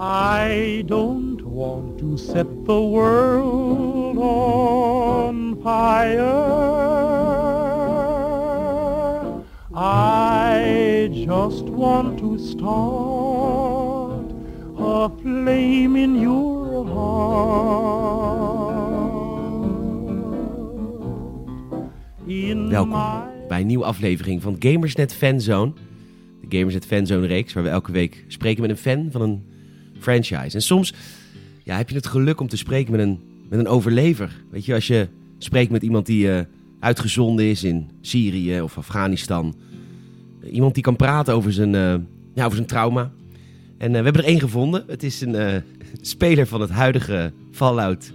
I don't want to set the world on fire. I just want to start a flame in your heart. Welkom bij een nieuwe aflevering van Gamersnet Fanzone. De Gamersnet Fanzone reeks, waar we elke week spreken met een fan van een franchise. En soms heb je het geluk om te spreken met een overlever. Weet je, als je spreekt met iemand die uitgezonden is in Syrië of Afghanistan. Iemand die kan praten over zijn trauma. En we hebben er één gevonden. Het is een speler van het huidige Fallout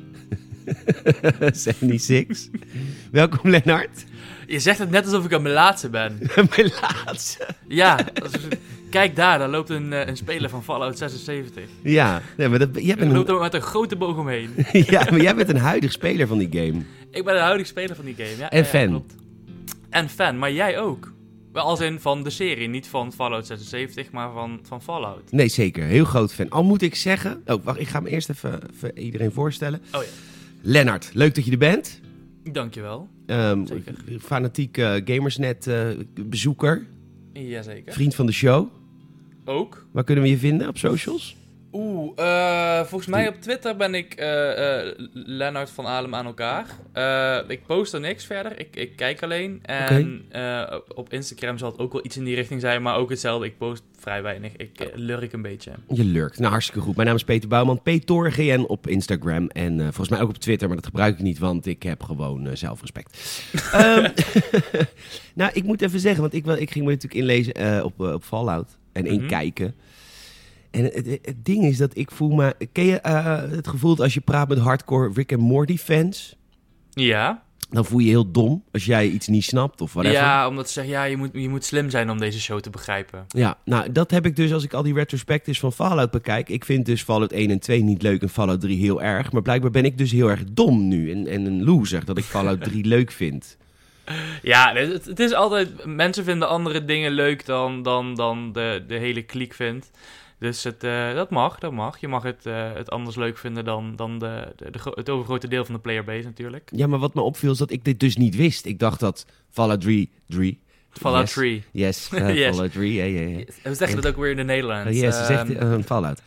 76. Welkom, Lennart. Je zegt het net alsof ik een melaatse ben. Een melaatse? Ja, kijk daar loopt een speler van Fallout 76. Ja, maar jij loopt er met een grote boog omheen. Ja, maar jij bent een huidig speler van die game. Ik ben een huidig speler van die game, ja. En fan. Ja, klopt. En fan, maar jij ook. Wel als in van de serie, niet van Fallout 76, maar van Fallout. Nee, zeker. Heel groot fan. Al moet ik zeggen... Oh, wacht, ik ga me eerst even iedereen voorstellen. Oh ja. Lennart, leuk dat je er bent. Dankjewel. Zeker. Fanatiek Gamersnet bezoeker. Jazeker. Vriend van de show. Ook. Waar kunnen we je vinden op socials? Volgens mij op Twitter ben ik Lennart van Alem aan elkaar. Ik post er niks verder. Ik kijk alleen. En op Instagram zal het ook wel iets in die richting zijn. Maar ook hetzelfde. Ik post vrij weinig. Ik lurk een beetje. Je lurkt. Nou, hartstikke goed. Mijn naam is Peter Bouwman. PetorGN op Instagram. En volgens mij ook op Twitter. Maar dat gebruik ik niet, want ik heb gewoon zelfrespect. Nou, ik moet even zeggen. Want ik ging me natuurlijk inlezen op Fallout. En inkijken. En het ding is dat ik voel me... Ken je het gevoel dat als je praat met hardcore Rick and Morty fans? Ja. Dan voel je je heel dom als jij iets niet snapt of whatever. Ja, omdat ze zeggen, je moet slim zijn om deze show te begrijpen. Ja, nou, dat heb ik dus als ik al die retrospectives van Fallout bekijk. Ik vind dus Fallout 1 en 2 niet leuk en Fallout 3 heel erg. Maar blijkbaar ben ik dus heel erg dom nu en een loser dat ik Fallout 3 leuk vind. Ja, het is altijd... Mensen vinden andere dingen leuk dan de hele kliek vindt. Dus dat mag. Je mag het anders leuk vinden dan het overgrote deel van de playerbase natuurlijk. Ja, maar wat me opviel is dat ik dit dus niet wist. Ik dacht dat Fallout 3... Fallout 3. Yes, Yes. Fallout 3. Yeah. Hoe zeg je dat ook weer in de Nederlands? Yes, zegt Fallout.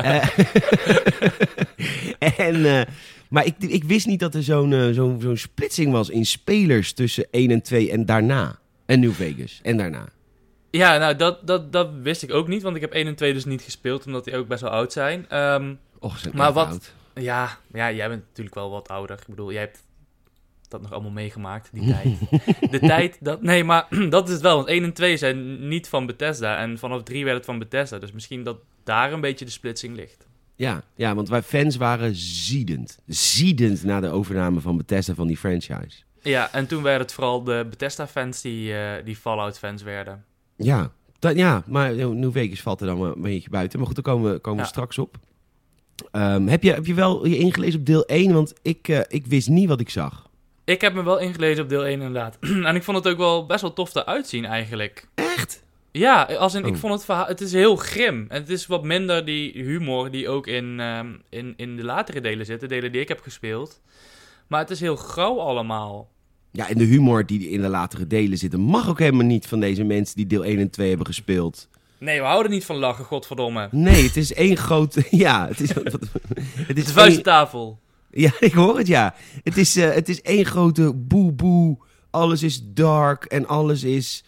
Maar ik wist niet dat er zo'n splitsing was in spelers tussen 1 en 2 en daarna. En New Vegas en daarna. Ja, nou, dat wist ik ook niet, want ik heb 1 en 2 dus niet gespeeld, omdat die ook best wel oud zijn. Maar wat oud. Ja, jij bent natuurlijk wel wat ouder. Ik bedoel, jij hebt dat nog allemaal meegemaakt, die tijd. De tijd, nee, maar dat is het wel, want 1 en 2 zijn niet van Bethesda en vanaf 3 werd het van Bethesda. Dus misschien dat daar een beetje de splitsing ligt. Ja, want wij fans waren ziedend na de overname van Bethesda van die franchise. Ja, en toen werden het vooral de Bethesda-fans die Fallout-fans werden. Ja, maar New Vegas valt er dan een beetje buiten. Maar goed, daar komen we straks op. Heb je wel je ingelezen op deel 1? Want ik wist niet wat ik zag. Ik heb me wel ingelezen op deel 1 inderdaad. En ik vond het ook wel best wel tof eruit zien eigenlijk. Echt? Ja, ik vond het verhaal... Het is heel grim. En het is wat minder die humor die ook in de latere delen zit. De delen die ik heb gespeeld. Maar het is heel grauw allemaal. Ja, en de humor die in de latere delen zit... mag ook helemaal niet van deze mensen die deel 1 en 2 hebben gespeeld. Nee, we houden niet van lachen, godverdomme. Nee, het is één grote... Ja, het is de vuisttafel. Ja, ik hoor het, ja. Het is één grote boe. Alles is dark en alles is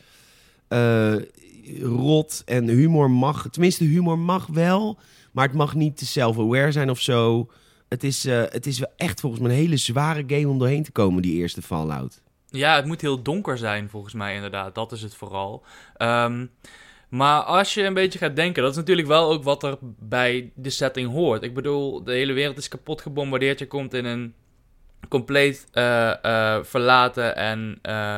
rot. En humor mag... Tenminste, humor mag wel, maar het mag niet te self-aware zijn of zo... Het is wel echt volgens mij een hele zware game om doorheen te komen, die eerste Fallout. Ja, het moet heel donker zijn volgens mij inderdaad. Dat is het vooral. Maar als je een beetje gaat denken, dat is natuurlijk wel ook wat er bij de setting hoort. Ik bedoel, de hele wereld is kapot gebombardeerd. Je komt in een compleet verlaten en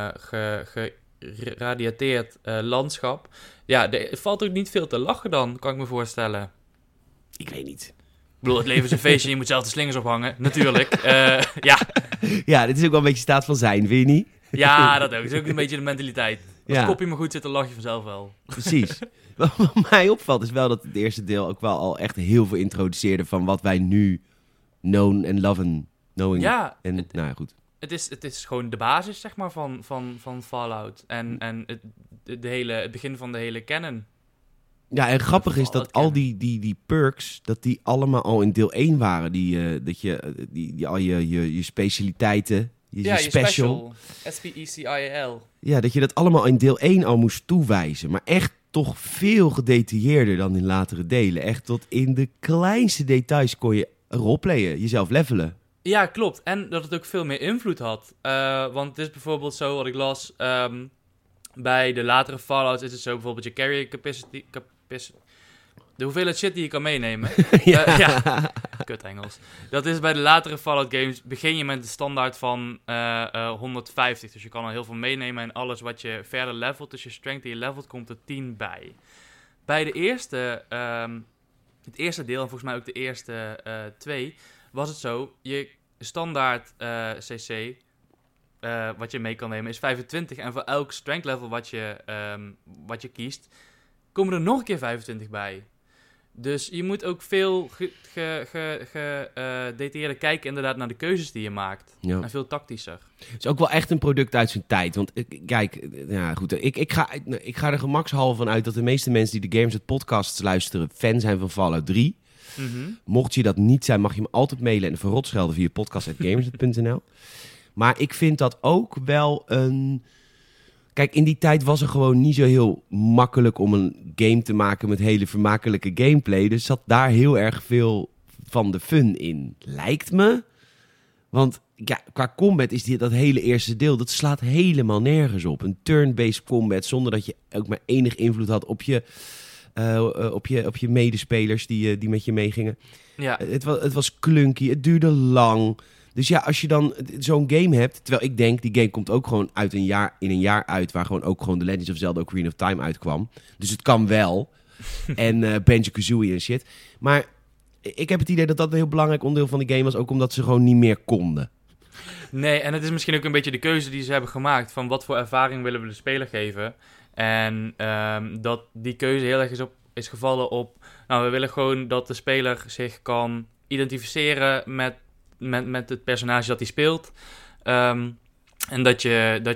geradiateerd landschap. Ja, er valt ook niet veel te lachen dan, kan ik me voorstellen. Ik weet niet. Ik bedoel, het leven is een feestje, je moet zelf de slingers ophangen. Natuurlijk, ja. Ja, dit is ook wel een beetje staat van zijn, vind je niet? Ja, dat ook. Het is ook een beetje de mentaliteit. Als het kopje maar goed zit, dan lach je vanzelf wel. Precies. Wat mij opvalt is wel dat het eerste deel ook wel al echt heel veel introduceerde van wat wij nu known en loven. Ja, Nou ja, goed. Het is gewoon de basis, zeg maar, van Fallout. En het begin van de hele canon. Ja, en grappig is dat al die perks, dat die allemaal al in deel 1 waren. Dat je al je specialiteiten, je special. SPECIAL. Ja, dat je dat allemaal in deel 1 al moest toewijzen. Maar echt toch veel gedetailleerder dan in latere delen. Echt tot in de kleinste details kon je roleplayen, jezelf levelen. Ja, klopt. En dat het ook veel meer invloed had. Want het is bijvoorbeeld zo, wat ik las, bij de latere Fallouts is het zo bijvoorbeeld je carry capacity, de hoeveelheid shit die je kan meenemen. Ja. Kut Engels. Dat is bij de latere Fallout games, begin je met de standaard van 150. Dus je kan al heel veel meenemen en alles wat je verder levelt, dus je strength die je levelt, komt er 10 bij. Bij de eerste, het eerste deel en volgens mij ook de eerste 2, was het zo, je standaard CC, wat je mee kan nemen, is 25. En voor elk strength level wat je kiest, komen er nog een keer 25 bij. Dus je moet ook veel gedetailleerder kijken inderdaad naar de keuzes die je maakt. Ja. En veel tactischer. Het is ook wel echt een product uit zijn tijd. Want kijk, ja, goed, ik ga er gemakshalve van uit dat de meeste mensen die de Games het podcasts luisteren fan zijn van Fallout 3. Mm-hmm. Mocht je dat niet zijn, mag je me altijd mailen en verrot schelden via podcast@gamersnet.nl. Maar ik vind dat ook wel een... Kijk, in die tijd was er gewoon niet zo heel makkelijk om een game te maken met hele vermakelijke gameplay. Dus zat daar heel erg veel van de fun in, lijkt me. Want ja, qua combat is dat hele eerste deel, dat slaat helemaal nergens op. Een turn-based combat zonder dat je ook maar enig invloed had op je medespelers die met je meegingen. Ja. Het was clunky, het duurde lang. Dus ja, als je dan zo'n game hebt... Terwijl ik denk, die game komt ook gewoon in een jaar uit... waar gewoon ook gewoon The Legend of Zelda Ocarina of Time uitkwam. Dus het kan wel. En Banjo-Kazooie en shit. Maar ik heb het idee dat dat een heel belangrijk onderdeel van de game was... ook omdat ze gewoon niet meer konden. Nee, en het is misschien ook een beetje de keuze die ze hebben gemaakt... van wat voor ervaring willen we de speler geven. En dat die keuze heel erg is gevallen op... Nou, we willen gewoon dat de speler zich kan identificeren met het personage dat hij speelt. En dat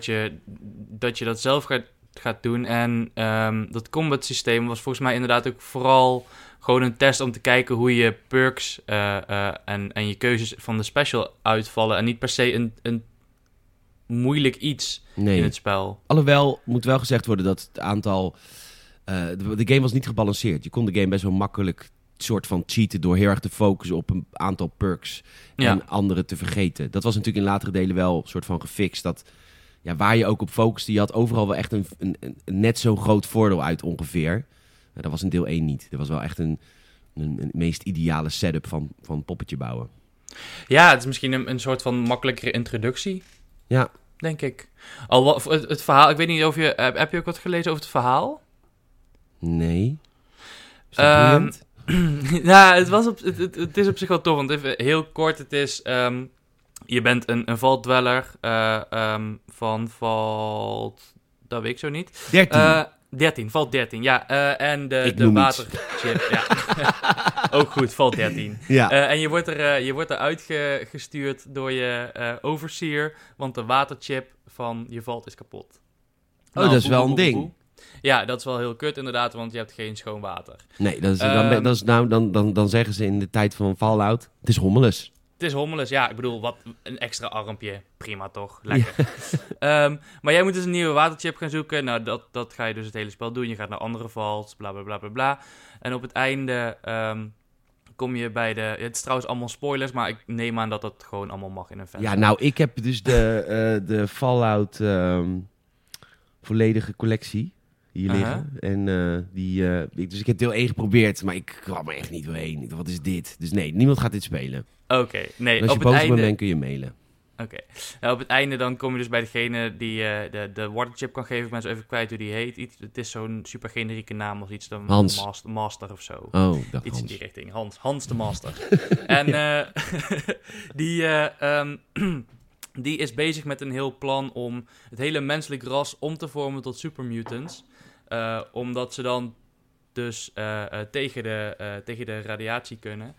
je dat zelf gaat doen. En dat combat systeem was volgens mij inderdaad ook vooral gewoon een test om te kijken hoe je perks en je keuzes van de special uitvallen. En niet per se een moeilijk iets in het spel. Alhoewel, moet wel gezegd worden dat het aantal... de game was niet gebalanceerd. Je kon de game best wel makkelijk soort van cheaten door heel erg te focussen op een aantal perks en andere te vergeten. Dat was natuurlijk in latere delen wel een soort van gefixt. Dat ja, waar je ook op focuste, je had overal wel echt een net zo'n groot voordeel uit ongeveer. Dat was in deel 1 niet. Dat was wel echt een meest ideale setup van poppetje bouwen. Ja, het is misschien een soort van makkelijkere introductie. Ja. Denk ik. Al het verhaal, ik weet niet of je... Heb je ook wat gelezen over het verhaal? Nee. Is dat boeiend? Nou, het is op zich wel tof, want even heel kort, het is... je bent een vaultdweller van Vault... Dat weet ik zo niet. 13, Vault 13, ja. En de waterchip, ja. Ook goed, Vault 13. Ja. En je wordt er uitgestuurd door je overseer, want de waterchip van je vault is kapot. Nou, dat is wel een ding. Ja, dat is wel heel kut inderdaad, want je hebt geen schoon water. Nee, dan zeggen ze in de tijd van Fallout, het is hommeles. Het is hommeles, ja. Ik bedoel, wat een extra armpje. Prima toch? Lekker. Ja. Maar jij moet dus een nieuwe waterchip gaan zoeken. Nou, dat ga je dus het hele spel doen. Je gaat naar andere vaults, bla bla bla bla bla. En op het einde kom je bij de... Het is trouwens allemaal spoilers, maar ik neem aan dat dat gewoon allemaal mag in een fan. Ja, nou, ik heb dus de Fallout volledige collectie hier liggen. En dus ik heb deel 1 geprobeerd, maar ik kwam er echt niet doorheen. Wat is dit? Dus nee, niemand gaat dit spelen. Oké, nee. En als je boos op me bent, kun je mailen. Oké. Nou, op het einde dan kom je dus bij degene die de waterchip kan geven. Ik ben zo even kwijt hoe die heet. Het is zo'n super generieke naam of iets. Dan Hans. Master of zo. Oh, dat iets Hans. In die richting. Hans de Master. En Die is bezig met een heel plan om het hele menselijk ras om te vormen tot supermutants. Omdat ze dan dus tegen de radiatie kunnen.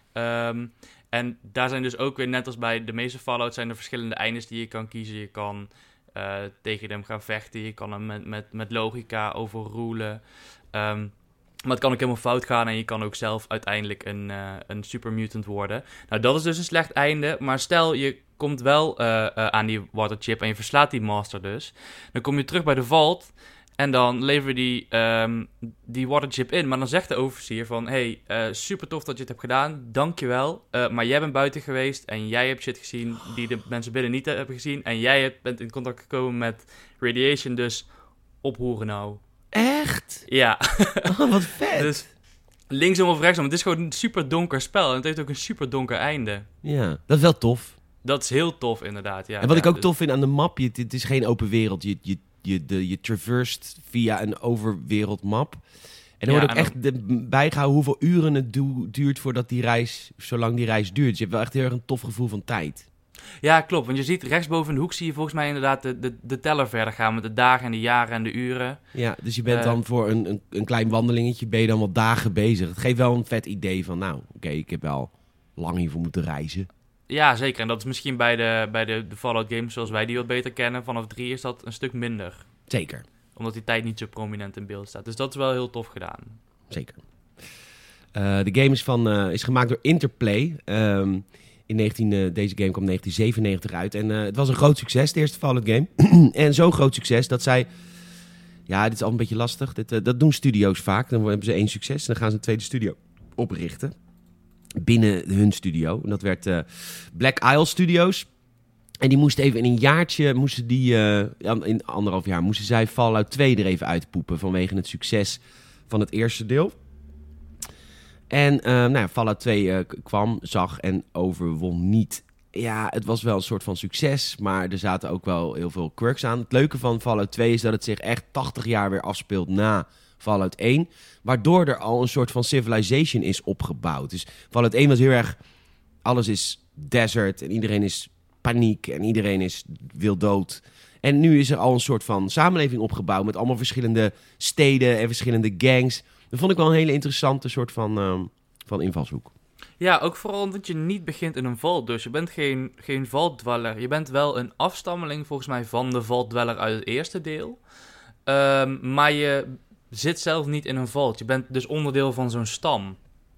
En daar zijn dus ook weer, net als bij de meeste Fallout, zijn er verschillende eindes die je kan kiezen. Je kan tegen hem gaan vechten, je kan hem met logica overrulen. Maar het kan ook helemaal fout gaan en je kan ook zelf uiteindelijk een supermutant worden. Nou, dat is dus een slecht einde. Maar stel, je komt wel aan die waterchip en je verslaat die master dus. Dan kom je terug bij de vault en dan leveren we die waterchip in. Maar dan zegt de overseer van, hey, super tof dat je het hebt gedaan, dankjewel. Maar jij bent buiten geweest en jij hebt shit gezien die de mensen binnen niet hebben gezien. En jij bent in contact gekomen met radiation, dus ophoeren nou. Echt? Ja. Oh, wat vet. Dus linksom of rechtsom. Het is gewoon een super donker spel. En het heeft ook een super donker einde. Ja, dat is wel tof. Dat is heel tof, inderdaad. Ja, En wat ik ook dus tof vind aan de map, het is geen open wereld. Je traverst via een overwereld map. En er wordt ook echt bijgehouden hoeveel uren het duurt voordat zolang die reis duurt. Dus je hebt wel echt heel erg een tof gevoel van tijd. Ja, klopt. Want je ziet rechtsboven in de hoek zie je volgens mij inderdaad de teller verder gaan met de dagen en de jaren en de uren. Ja, dus je bent dan voor een klein wandelingetje ben je dan wat dagen bezig. Het geeft wel een vet idee van, nou, oké, ik heb wel lang hiervoor moeten reizen. Ja, zeker. En dat is misschien bij de Fallout games zoals wij die wat beter kennen. Vanaf 3 is dat een stuk minder. Zeker. Omdat die tijd niet zo prominent in beeld staat. Dus dat is wel heel tof gedaan. Zeker. De game is gemaakt door Interplay. Deze game kwam 1997 uit. En het was een groot succes, de eerste Fallout game. En zo'n groot succes dat zij... Ja, dit is al een beetje lastig. Dat doen studio's vaak. Dan hebben ze 1 succes en dan gaan ze een tweede studio oprichten. Binnen hun studio. En dat werd Black Isle Studios. En die moesten even in een jaartje... in 1,5 jaar moesten zij Fallout 2 er even uitpoepen. Vanwege het succes van het eerste deel. En Fallout 2 kwam, zag en overwon niet. Ja, het was wel een soort van succes, maar er zaten ook wel heel veel quirks aan. Het leuke van Fallout 2 is dat het zich echt 80 jaar weer afspeelt na Fallout 1. Waardoor er al een soort van civilization is opgebouwd. Dus Fallout 1 was heel erg... Alles is desert en iedereen is paniek en iedereen wil dood. En nu is er al een soort van samenleving opgebouwd met allemaal verschillende steden en verschillende gangs. Dat vond ik wel een hele interessante soort van invalshoek. Ja, ook vooral omdat je niet begint in een vault. Dus je bent geen vaultdweller. Je bent wel een afstammeling volgens mij van de vaultdweller uit het eerste deel. Maar je zit zelf niet in een vault. Je bent dus onderdeel van zo'n stam.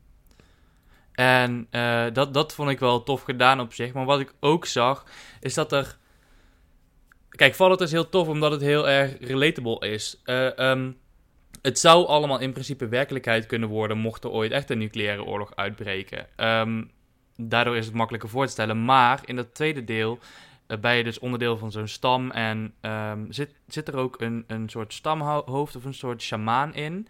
En dat vond ik wel tof gedaan op zich. Maar wat ik ook zag, is dat er... Kijk, Fallout is heel tof omdat het heel erg relatable is. Het zou allemaal in principe werkelijkheid kunnen worden mocht er ooit echt een nucleaire oorlog uitbreken. Daardoor is het makkelijker voor te stellen. Maar in dat tweede deel ben je dus onderdeel van zo'n stam en zit er ook een soort stamhoofd of een soort sjamaan in.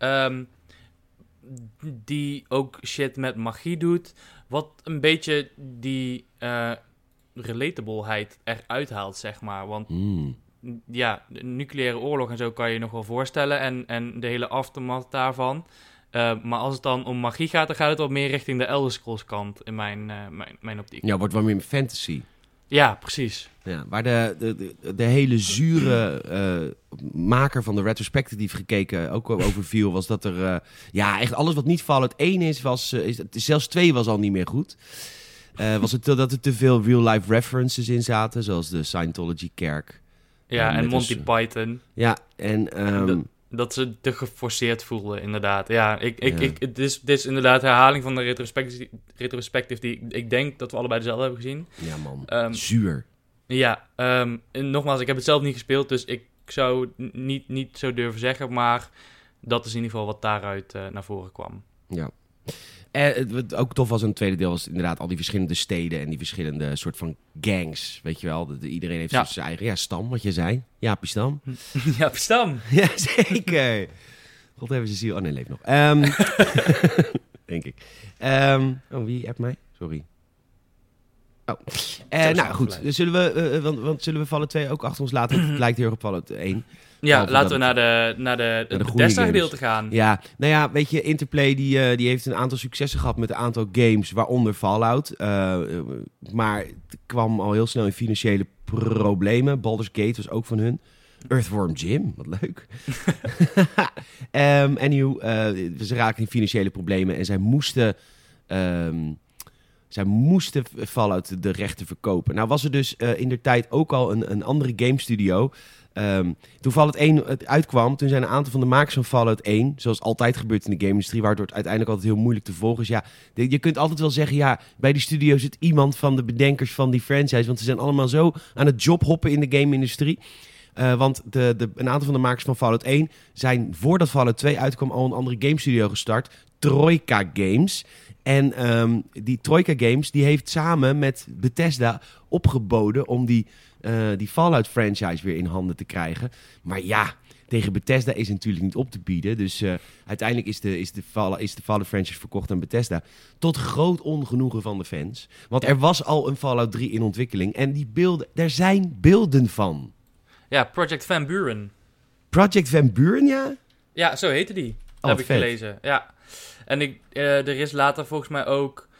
Die ook shit met magie doet. Wat een beetje die relatableheid eruit haalt, zeg maar. Want... Ja, de nucleaire oorlog en zo kan je je nog wel voorstellen. En de hele aftermath daarvan. Maar als het dan om magie gaat, dan gaat het wat meer richting de Elder Scrolls kant in mijn optiek. Ja, wordt wel meer fantasy. Ja, precies. Ja, waar de hele zure maker van de retrospective die gekeken ook over viel, was dat er... echt alles wat niet Fallout 1 is, zelfs 2 was al niet meer goed. Was het dat er te veel real-life references in zaten, zoals de Scientology-kerk. Ja, en Monty Python. Ja, en... Dat ze te geforceerd voelden, inderdaad. Ja, dit is inderdaad herhaling van de retrospective die ik denk dat we allebei dezelfde hebben gezien. Ja, man. Zuur. Ja, en nogmaals, ik heb het zelf niet gespeeld, dus ik zou niet zo durven zeggen, maar dat is in ieder geval wat daaruit naar voren kwam. Ja. En wat ook tof was in het tweede deel was inderdaad al die verschillende steden en die verschillende soort van gangs, weet je wel. Iedereen heeft zijn eigen stam, wat je zei. Jaapie Stam. Jaapie Stam. Ja, zeker. God hebben ze ziel. Oh nee, leeft nog. Denk ik. Wie appt mij? Sorry. Nou goed, zullen we Fallout 2 ook achter ons laten? Het lijkt heel erg op Fallout 1. Behalve laten we dat naar de goede Bethesda games. gedeelte gaan. Ja, nou ja, weet je, Interplay die heeft een aantal successen gehad met een aantal games, waaronder Fallout. Maar het kwam al heel snel in financiële problemen. Baldur's Gate was ook van hun. Earthworm Jim, wat leuk. Ze raakten in financiële problemen en zij moesten Fallout de rechten verkopen. Nou was er dus indertijd ook al een andere game studio. Toen Fallout 1 uitkwam, toen zijn een aantal van de makers van Fallout 1, zoals altijd gebeurt in de game-industrie, waardoor het uiteindelijk altijd heel moeilijk te volgen is. Ja, je kunt altijd wel zeggen, ja, bij die studio zit iemand van de bedenkers van die franchise, want ze zijn allemaal zo aan het jobhoppen in de game-industrie. Want een aantal van de makers van Fallout 1 zijn, voordat Fallout 2 uitkwam, al een andere game studio gestart, Troika Games. En die Troika Games die heeft samen met Bethesda opgeboden om die Fallout franchise weer in handen te krijgen. Maar ja, tegen Bethesda is natuurlijk niet op te bieden. Dus uiteindelijk is de Fallout franchise verkocht aan Bethesda. Tot groot ongenoegen van de fans. Want er was al een Fallout 3 in ontwikkeling. En er zijn beelden van. Ja, Project Van Buren. Project Van Buren, ja? Ja, zo heette die. Dat heb ik gelezen. Ja. En er is later volgens mij ook,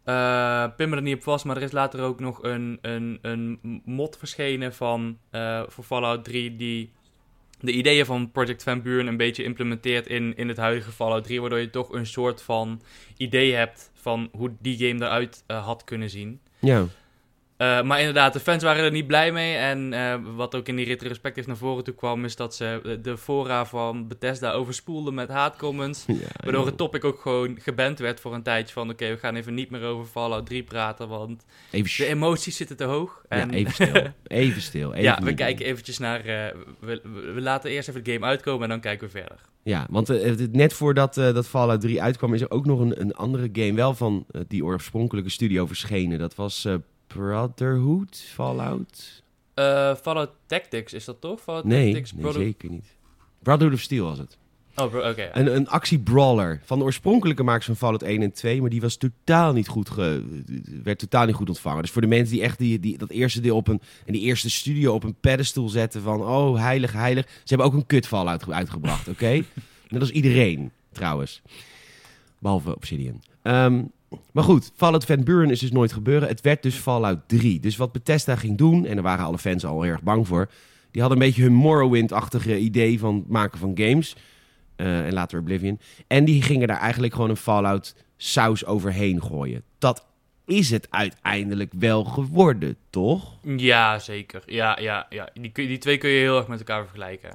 pin me er niet op vast, maar er is later ook nog een mod verschenen voor Fallout 3 die de ideeën van Project Van Buren een beetje implementeert in het huidige Fallout 3, waardoor je toch een soort van idee hebt van hoe die game eruit had kunnen zien. Ja. Maar inderdaad, de fans waren er niet blij mee. En wat ook in die retrospectief naar voren toe kwam, is dat ze de fora van Bethesda overspoelden met haatcomments. Ja, waardoor het topic ook gewoon geband werd voor een tijdje van oké, we gaan even niet meer over Fallout 3 praten, want de emoties zitten te hoog. En ja, even stil. Even stil. Even ja, we kijken eventjes naar, we laten eerst even de game uitkomen en dan kijken we verder. Ja, want net voordat dat Fallout 3 uitkwam, is er ook nog een andere game wel van die oorspronkelijke studio verschenen. Dat was Brotherhood, Fallout? Fallout Tactics, is dat toch? Fallout nee, Tactics, nee zeker niet. Brotherhood of Steel was het. Oh, oké. Een actie-brawler van de oorspronkelijke makers van Fallout 1 en 2, maar die was totaal niet goed werd totaal niet goed ontvangen. Dus voor de mensen die echt dat eerste deel en die eerste studio op een pedestal zetten van, oh, heilig, heilig. Ze hebben ook een kut Fallout uitgebracht, oké? Net als iedereen, trouwens. Behalve Obsidian. Maar goed, Fallout Van Buren is dus nooit gebeuren. Het werd dus Fallout 3. Dus wat Bethesda ging doen, en daar waren alle fans al heel erg bang voor, die hadden een beetje hun Morrowind-achtige idee van het maken van games. En later Oblivion. En die gingen daar eigenlijk gewoon een Fallout saus overheen gooien. Dat is het uiteindelijk wel geworden, toch? Ja, zeker. Ja. Die twee kun je heel erg met elkaar vergelijken.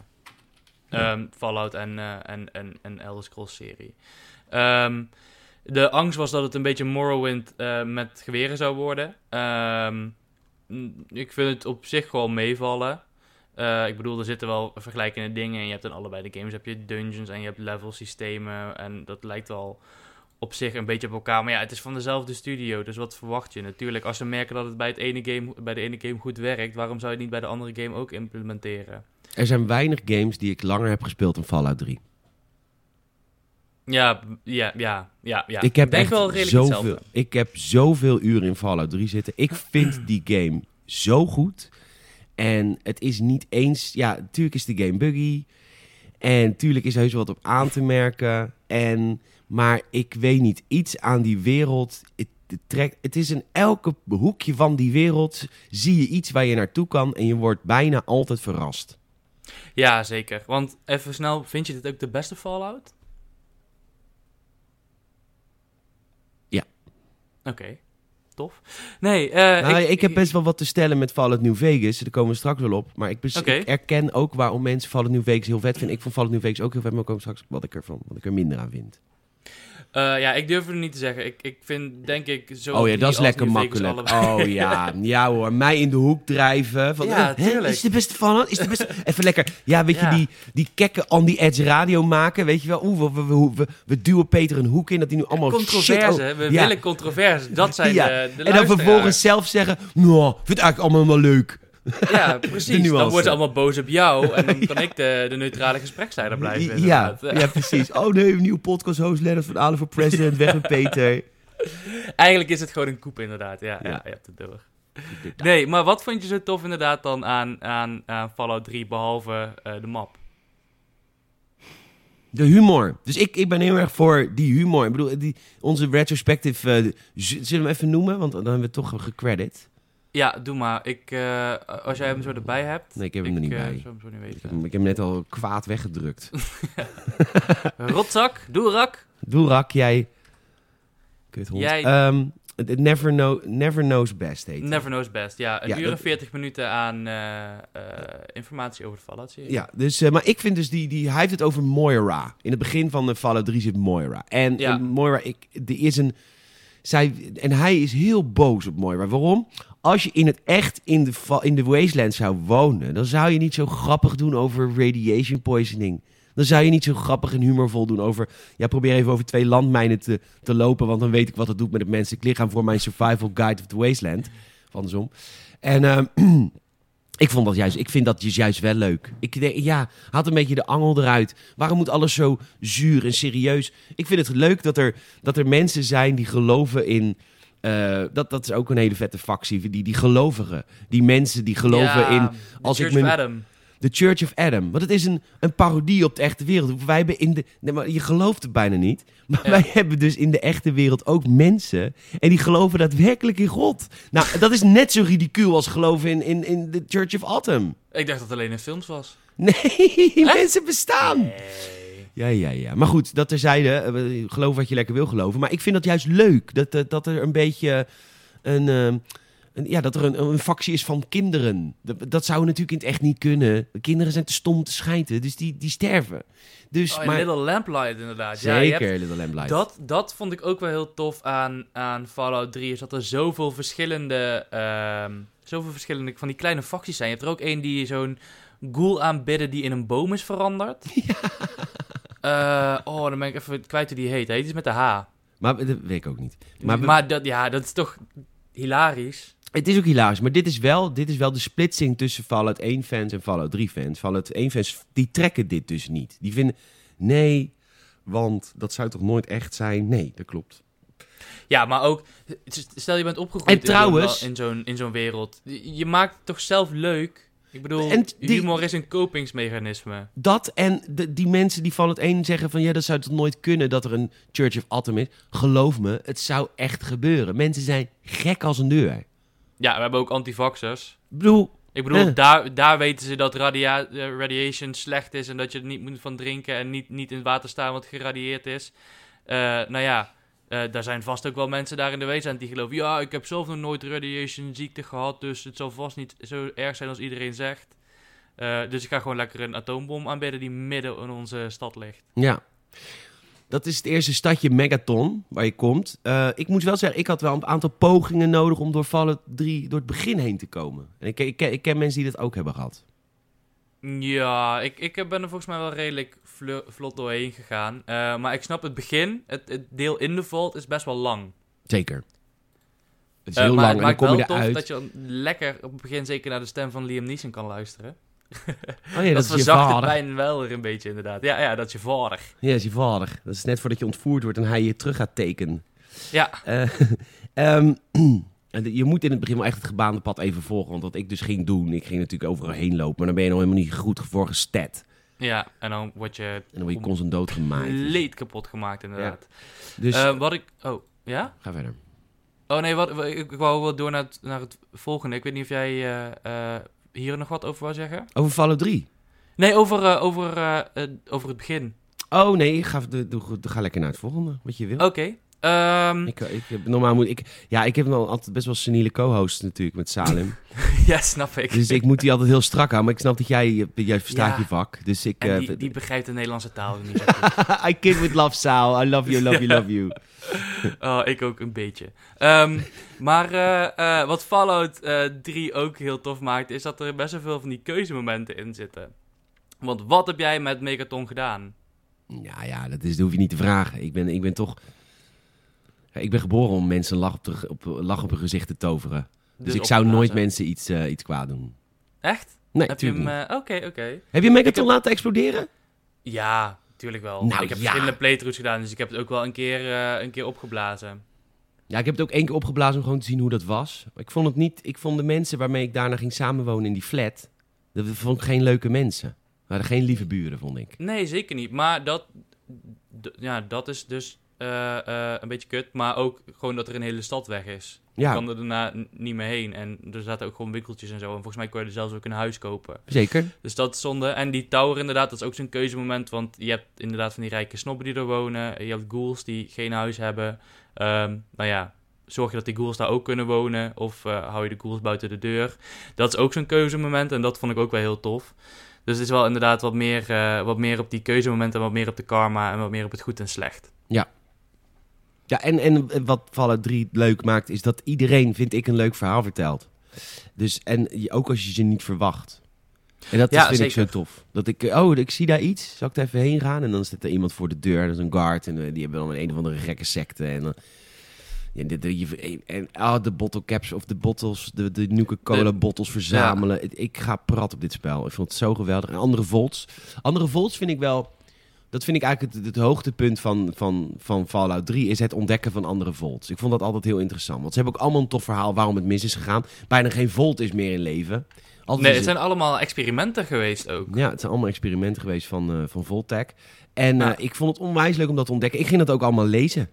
Ja. Fallout en Elder Scrolls serie. De angst was dat het een beetje Morrowind met geweren zou worden. Ik vind het op zich gewoon meevallen. Ik bedoel, er zitten wel vergelijkende dingen. En je hebt in allebei de games heb je dungeons en je hebt level systemen. En dat lijkt wel op zich een beetje op elkaar. Maar ja, het is van dezelfde studio. Dus wat verwacht je? Natuurlijk, als ze merken dat het bij de ene game goed werkt, waarom zou je het niet bij de andere game ook implementeren? Er zijn weinig games die ik langer heb gespeeld dan Fallout 3. Ja. Ik heb denk echt wel redelijk hetzelfde. Ik heb zoveel uren in Fallout 3 zitten. Ik vind die game zo goed. En het is niet eens... Ja, natuurlijk is de game buggy. En natuurlijk is er heus wel wat op aan te merken. Maar ik weet niet, iets aan die wereld... Het is in elke hoekje van die wereld zie je iets waar je naartoe kan. En je wordt bijna altijd verrast. Ja, zeker. Want even snel, vind je dit ook de beste Fallout? Ja. Oké. Tof. Nee, ik heb best wel wat te stellen met Fallout New Vegas. Daar komen we straks wel op. Maar ik erken ook waarom mensen Fallout New Vegas heel vet vinden. Ik vond Fallout New Vegas ook heel vet, maar we komen straks wat ik er minder aan vind. Ik durf het niet te zeggen. Ik vind, denk ik, zo... Oh ja, dat is lekker makkelijk. Oh ja, ja hoor. Mij in de hoek drijven. Van, ja, tuurlijk. Is de beste Fallout? Is de beste... Even lekker. Ja, weet je, die kekke On The Edge radio maken. Weet je wel, we duwen Peter een hoek in. Dat hij nu allemaal controverse, we willen controverse. Dat zijn de en dan vervolgens zelf zeggen, nou, vind het eigenlijk allemaal wel leuk. Ja, precies. Dan worden ze allemaal boos op jou. En dan kan ik de neutrale gespreksleider blijven. Ja, precies. Oh nee, een nieuwe podcast-host Lennart van Aalen voor president. Weg met Peter. Eigenlijk is het gewoon een koep inderdaad. Ja, je hebt het door. Nee, maar wat vond je zo tof inderdaad dan aan Fallout 3, behalve de map? De humor. Dus ik ben heel erg voor die humor. Ik bedoel, onze retrospective... zullen we hem even noemen? Want dan hebben we het toch gecredit. Ja, doe maar. Als jij hem zo erbij hebt... Nee, ik heb hem er niet bij. Zou hem zo niet weten. Ik heb hem net al kwaad weggedrukt. Rotzak, Doerak. Doerak, jij... Kuthond. Jij- Never Knows Best heet hij. Never Knows Best. Ja, een Ja, uur en dat- 40 minuten aan informatie over de Fallout-serie. Ja, dus, maar ik vind dus hij heeft het over Moira. In het begin van de Fallout 3 zit Moira. En Ja. Moira, hij is heel boos op Moira. Waarom? Als je in het echt in de Wasteland zou wonen, dan zou je niet zo grappig doen over radiation poisoning. Dan zou je niet zo grappig en humorvol doen over... Ja, probeer even over 2 landmijnen te lopen, want dan weet ik wat het doet met het menselijk lichaam voor mijn survival guide of the Wasteland. Of andersom. En ik vind dat juist wel leuk. Ik denk, ja, haal een beetje de angel eruit. Waarom moet alles zo zuur en serieus? Ik vind het leuk dat er mensen zijn die geloven in... dat is ook een hele vette factie. Die gelovigen. Die mensen die geloven in... Als Church ik of Adam. The Church of Adam. Want het is een parodie op de echte wereld. Wij hebben maar je gelooft het bijna niet. Maar Ja. wij hebben dus in de echte wereld ook mensen. En die geloven daadwerkelijk in God. Nou, dat is net zo ridicuul als geloven in The Church of Adam. Ik dacht dat het alleen in films was. Nee, mensen bestaan. Nee. Ja. Maar goed, dat terzijde. Geloof wat je lekker wil geloven. Maar ik vind dat juist leuk. Dat er een beetje dat er een factie is van kinderen. Dat zou natuurlijk in het echt niet kunnen. Kinderen zijn te stom te schijten. Dus die sterven. Dus, Oh, Little Lamplight inderdaad. Zeker, Ja, je hebt- Little Lamplight. Dat vond ik ook wel heel tof aan Fallout 3. Is dat er zoveel verschillende van die kleine facties zijn. Je hebt er ook één die zo'n ghoul aanbidden die in een boom is veranderd. Dan ben ik even kwijt hoe die heet. Hij heet iets met de H. Maar dat weet ik ook niet. Maar dat is toch hilarisch. Het is ook hilarisch. Maar dit is wel de splitsing tussen Fallout 1 fans en Fallout 3 fans. Fallout 1 fans, die trekken dit dus niet. Die vinden, nee, want dat zou toch nooit echt zijn? Nee, dat klopt. Ja, maar ook, stel je bent opgegroeid En trouwens- in zo'n wereld. Je maakt het toch zelf leuk? Ik bedoel, En humor is een kopingsmechanisme. Dat en die mensen die Fallout 1 zeggen van... ja, dat zou toch nooit kunnen dat er een Church of Atom is. Geloof me, het zou echt gebeuren. Mensen zijn gek als een deur. Ja, we hebben ook antivaxers. Ik bedoel, Daar weten ze dat radiation slecht is en dat je er niet moet van drinken en niet in het water staan wat geradieerd is. Daar zijn vast ook wel mensen daar in de wezen die geloven... ja, ik heb zelf nog nooit radiation ziekte gehad, dus het zal vast niet zo erg zijn als iedereen zegt. Dus ik ga gewoon lekker een atoombom aanbidden die midden in onze stad ligt. ja. Dat is het eerste stadje Megaton waar je komt. Ik moet wel zeggen, ik had wel een aantal pogingen nodig om door Fallout 3 door het begin heen te komen. En ik ken mensen die dat ook hebben gehad. Ja, ik ben er volgens mij wel redelijk vlot doorheen gegaan. Maar ik snap het begin, het deel in de vault is best wel lang. Zeker. Het is heel Maar lang het en dan maakt kom je wel tof eruit. dat je dan lekker op het begin zeker naar de stem van Liam Neeson kan luisteren. Oh ja, dat is je verzacht het vader. pijn wel weer een beetje inderdaad. Ja, dat is je vader. Ja, dat is je vader. Dat is net voordat je ontvoerd wordt en hij je terug gaat tekenen. Ja, Je moet in het begin wel echt het gebaande pad even volgen. Want wat ik dus ging doen, ik ging natuurlijk overal heen lopen. Maar dan ben je nog helemaal niet goed voor gestat. ja, en dan word je En dan word je constant doodgemaaid. compleet kapot gemaakt inderdaad. Dus Oh, ja? ga verder. Oh nee, ik wou wel door naar het volgende. Ik weet niet of jij hier nog wat over wou zeggen? Over Fallout 3. Nee, over het begin. Oh nee, ga lekker naar het volgende, wat je wil. Oké. Ik heb wel altijd best wel seniele co-hosts natuurlijk met Salim. Ja, snap ik. Dus ik moet die altijd heel strak houden. Maar ik snap dat jij verstaat Ja. je vak. Dus ik... En die begrijpt de Nederlandse taal niet zo goed. I kid with love, Sal. I love you, love you, love you. Oh, ik ook een beetje. Maar wat Fallout 3 ook heel tof maakt, is dat er best wel veel van die keuzemomenten in zitten. Want wat heb jij met Megaton gedaan? Ja, dat hoef je niet te vragen. Ik ben toch... Ja, ik ben geboren om mensen lach op hun gezicht te toveren. Dus ik zou nooit mensen iets kwaad doen. Echt? Nee, Heb je natuurlijk hem... niet. Oké. Heb je Megaton laten exploderen? Ja, tuurlijk wel. Nou, ik heb ja. verschillende playthroughs gedaan, dus ik heb het ook wel een keer opgeblazen. Ja, ik heb het ook 1 keer opgeblazen om gewoon te zien hoe dat was. Maar ik vond het niet... Ik vond de mensen waarmee ik daarna ging samenwonen in die flat... Dat vond ik geen leuke mensen. We hadden geen lieve buren, vond ik. Nee, zeker niet. Maar dat is dus een beetje kut. Maar ook gewoon dat er een hele stad weg is. Ja. Je kan er daarna niet meer heen. En er zaten ook gewoon winkeltjes en zo. En volgens mij kon je er zelfs ook een huis kopen. Zeker. Dus dat is zonde. En die tower inderdaad, dat is ook zo'n keuzemoment. Want je hebt inderdaad van die rijke snobben die er wonen. Je hebt ghouls die geen huis hebben. Zorg je dat die ghouls daar ook kunnen wonen? Of hou je de ghouls buiten de deur? Dat is ook zo'n keuzemoment. En dat vond ik ook wel heel tof. Dus het is wel inderdaad wat meer op die keuzemomenten. En wat meer op de karma. En wat meer op het goed en slecht. Ja. Ja, en wat Fallout 3 leuk maakt, is dat iedereen, vind ik, een leuk verhaal vertelt. Dus, ook als je ze niet verwacht. En dat vind ik zo tof. Dat ik zie daar iets, zal ik er even heen gaan? En dan zit er iemand voor de deur, dat is een guard. En die hebben dan een of andere gekke secte. En dan... de bottle caps of de bottles, de Nuka-Cola bottles verzamelen. Ja. Ik ga prat op dit spel. Ik vond het zo geweldig. En andere volts vind ik wel... Dat vind ik eigenlijk het hoogtepunt van Fallout 3... is het ontdekken van andere volts. Ik vond dat altijd heel interessant. Want ze hebben ook allemaal een tof verhaal waarom het mis is gegaan. Bijna geen volt is meer in leven. Het zijn allemaal experimenten geweest ook. Ja, het zijn allemaal experimenten geweest van Voltech. En ik vond het onwijs leuk om dat te ontdekken. Ik ging dat ook allemaal lezen.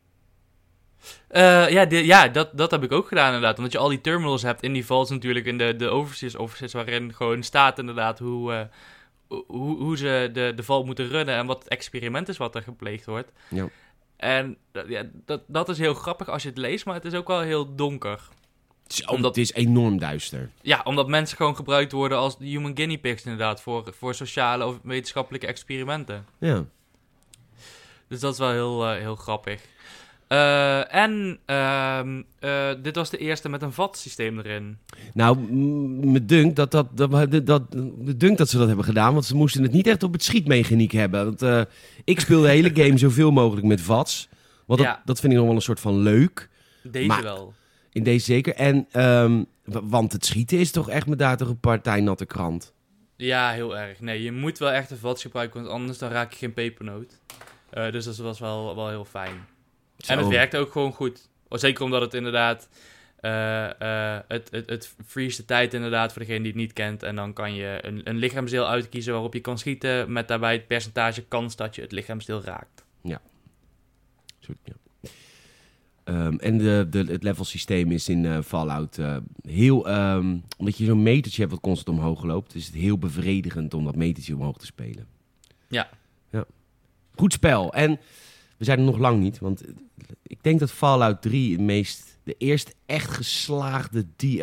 Dat heb ik ook gedaan inderdaad. Omdat je al die terminals hebt in die vaults natuurlijk... in de overseers offices waarin gewoon staat inderdaad hoe ze de vault moeten runnen... en wat het experiment is wat er gepleegd wordt. Ja. En dat is heel grappig als je het leest... maar het is ook wel heel donker. Het is enorm duister. Ja, omdat mensen gewoon gebruikt worden als human guinea pigs inderdaad... voor sociale of wetenschappelijke experimenten. Ja. Dus dat is wel heel grappig. Dit was de eerste met een vat-systeem erin. Nou, me dunkt dat ze dat hebben gedaan, want ze moesten het niet echt op het schietmechaniek hebben. Want, ik speel de hele game zoveel mogelijk met vats. Want dat vind ik nog wel een soort van leuk. Deze wel. In deze zeker. En, want het schieten is toch echt met daar toch een partij natte krant. Ja, heel erg. Nee, je moet wel echt een vats gebruiken, want anders dan raak je geen pepernoot. Dus dat was wel heel fijn. Zo. En het werkte ook gewoon goed. Zeker omdat het inderdaad... het freeze de tijd inderdaad voor degene die het niet kent. En dan kan je een lichaamsdeel uitkiezen waarop je kan schieten... met daarbij het percentage kans dat je het lichaamsdeel raakt. Ja. En het levelsysteem is in Fallout heel... omdat je zo'n metertje hebt wat constant omhoog loopt... is het heel bevredigend om dat metertje omhoog te spelen. Ja. Goed spel. En... We zijn er nog lang niet, want ik denk dat Fallout 3 de eerste echt geslaagde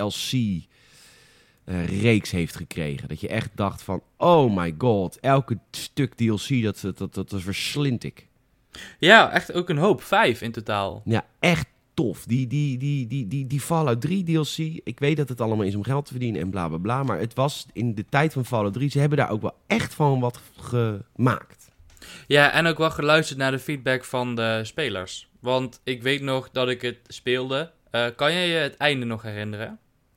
DLC-reeks heeft gekregen. Dat je echt dacht van, oh my god, elke stuk DLC, dat verslind ik. Ja, echt ook een hoop. 5 in totaal. Ja, echt tof. Die Fallout 3 DLC, ik weet dat het allemaal is om geld te verdienen en bla bla bla, maar het was in de tijd van Fallout 3, ze hebben daar ook wel echt van wat gemaakt. Ja, en ook wel geluisterd naar de feedback van de spelers. Want ik weet nog dat ik het speelde. Kan je je het einde nog herinneren?